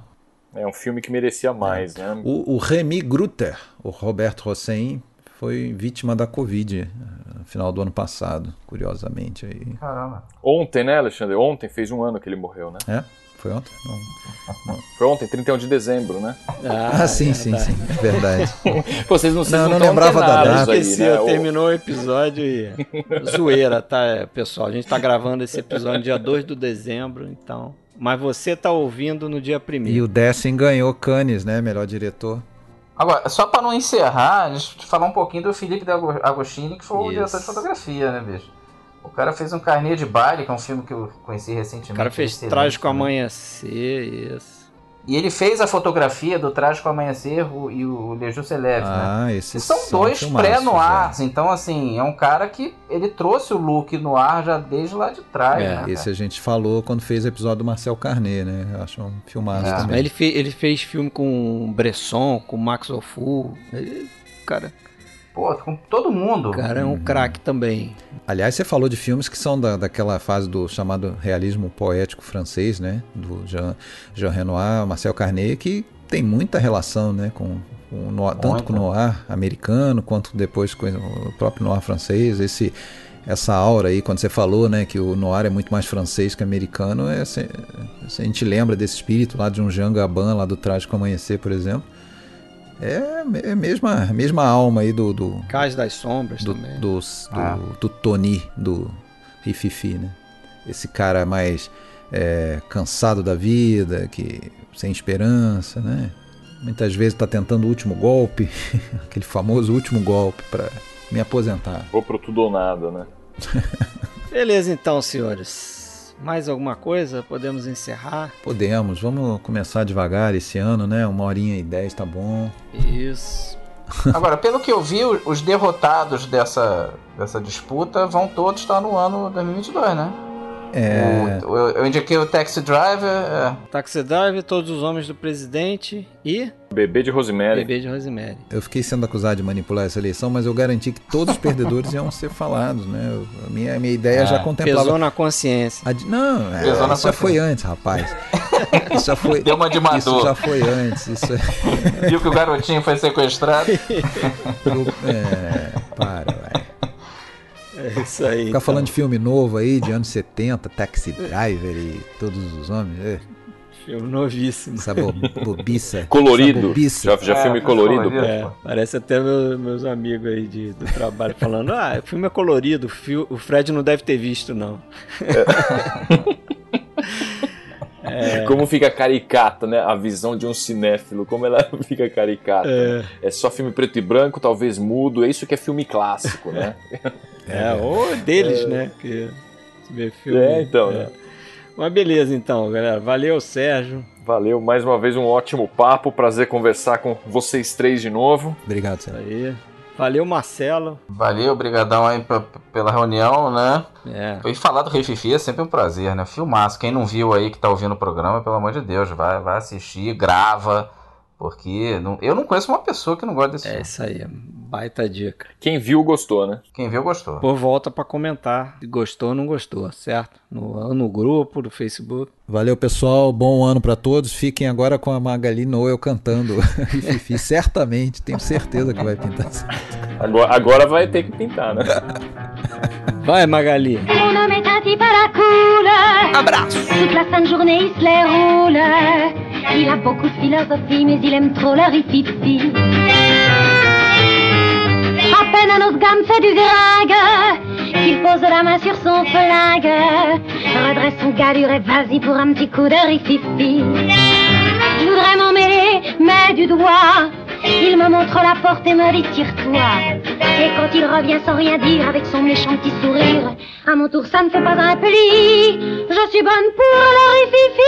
é. É um filme que merecia mais, né? O, o Remy Grutter, o Roberto Hossein, foi vítima da Covid eh, no final do ano passado, curiosamente. Aí. Caramba. Ontem, né, Alexandre? Ontem fez um ano que ele morreu, né? É? Foi ontem? Não. Foi ontem, trinta e um de dezembro, né? Ah, sim, sim, verdade. sim, é verdade. Pô, vocês não, vocês Não, não, não tão lembrava da antenados data. aí, Esqueci, né? O- terminou o episódio e... Zoeira, tá, pessoal? A gente tá gravando esse episódio no dia dois de dezembro, então... Mas você tá ouvindo no dia E primeiro. o Dessing ganhou Cannes, né? Melhor diretor. Agora, só pra não encerrar, deixa eu te falar um pouquinho do Felipe de Ago- Agostini, que foi o Isso. diretor de fotografia, né, bicho? O cara fez um Carnê de Baile, que é um filme que eu conheci recentemente. O cara fez excelente Trágico também. Amanhecer, isso. E ele fez a fotografia do Trágico Amanhecer o- e o Leju Celeste, né? Ah, Que esses são dois filmaços, pré-noirs, é. então assim, é um cara que ele trouxe o look no ar já desde lá de trás, É, né, cara? Esse a gente falou quando fez o episódio do Marcel Carnet, né? Eu acho um filmaço É. Mas também. ele, fe- ele fez filme com Bresson, com Max Ophüls. Ele- Cara, Pô, com todo mundo. o cara é um craque também. Aliás, você falou de filmes que são da, daquela fase do chamado realismo poético francês, né? Do Jean, Jean Renoir, Marcel Carnet, que tem muita relação, né? Com, com o noir, tanto com o noir americano, quanto depois com o próprio noir francês. Esse, essa aura aí, quando você falou, né? Que o noir é muito mais francês que americano, é, se, se a gente lembra desse espírito lá de um Jean Gabin, lá do Trágico Amanhecer, por exemplo. É, é a mesma, mesma alma aí do... do Cais das Sombras do, também. do, do, Ah. do Tony, do Rififi, né? Esse cara mais é, cansado da vida, que sem esperança, né? Muitas vezes está tentando o último golpe, aquele famoso último golpe para me aposentar. Vou pro tudo ou nada, né? Beleza então, senhores. Mais alguma coisa? Podemos encerrar? Podemos, vamos começar devagar esse ano, né? Uma horinha e dez tá bom. Isso. Agora, pelo que eu vi, os derrotados dessa, dessa disputa vão todos estar no ano dois mil e vinte e dois, né? É, O- eu, eu indiquei o Taxi Driver, é, Taxi Driver, Todos os Homens do Presidente e Bebê de Rosemary. Bebê de Rosemary. eu fiquei sendo acusado de manipular essa eleição, mas eu garanti que todos os perdedores iam ser falados, né? Eu- A minha, a minha ideia É, já contemplava... Pesou na consciência. A di- Não, é, Pesou na isso já consciência. foi antes, rapaz. Isso já foi, Deu uma de isso Maduro. já foi antes. Isso é, viu que o garotinho foi sequestrado. é, para, vai. É isso aí. Ficar falando de filme novo aí, de anos setenta, Taxi Driver e Todos os Homens. É. filme, novíssimo. Essa bo bobiça. Colorido. Essa bobiça. Já, já É, filme tá colorido. colorido. É, parece até meu, meus amigos aí de, do trabalho falando, ah, o filme é colorido, o, fio, o Fred não deve ter visto, não. É. Como fica caricata, né? A visão de um cinéfilo, como ela fica caricata. É. É só filme preto e branco, talvez mudo, é isso que é filme clássico, né? É, ou deles, é. né? Que vê filme. É, então, é. né? Mas beleza, então, galera. Valeu, Sérgio. Valeu, mais uma vez um ótimo papo, prazer conversar com vocês três de novo. Obrigado, Sérgio. Aí. Valeu, Marcelo. Valeu, obrigadão aí pra, pela reunião, né? É. E falar do Rei Fifi é sempre um prazer, né? Filmaço. Quem não viu aí que tá ouvindo o programa, pelo amor de Deus, vai, vai assistir, grava, porque não, eu não conheço uma pessoa que não gosta desse É filme. isso aí, baita dica. Quem viu, gostou, né? Quem viu, gostou. Por volta pra comentar se gostou ou não gostou, certo? No, no grupo, no Facebook. Valeu, pessoal. Bom ano pra todos. Fiquem agora com a Magali Noel cantando Fifi. Certamente, tenho certeza que vai pintar. Agora, agora vai ter que pintar, né? Vai, Magali. Mon homme est un type à la cool. Abraço. Toute la fin de journée, il se les roule. Il a beaucoup de philosophie, mais il aime trop leur rififi. À peine un os gamme fait du gringue, qu'il pose la main sur son flingue, redresse son galure et vas-y pour un petit coup de rififi. Je voudrais m'en mêler, mais du doigt, il me montre la porte et me dit tire-toi. Et quand il revient sans rien dire, avec son méchant petit sourire, à mon tour ça ne fait pas un pli, je suis bonne pour le rififi.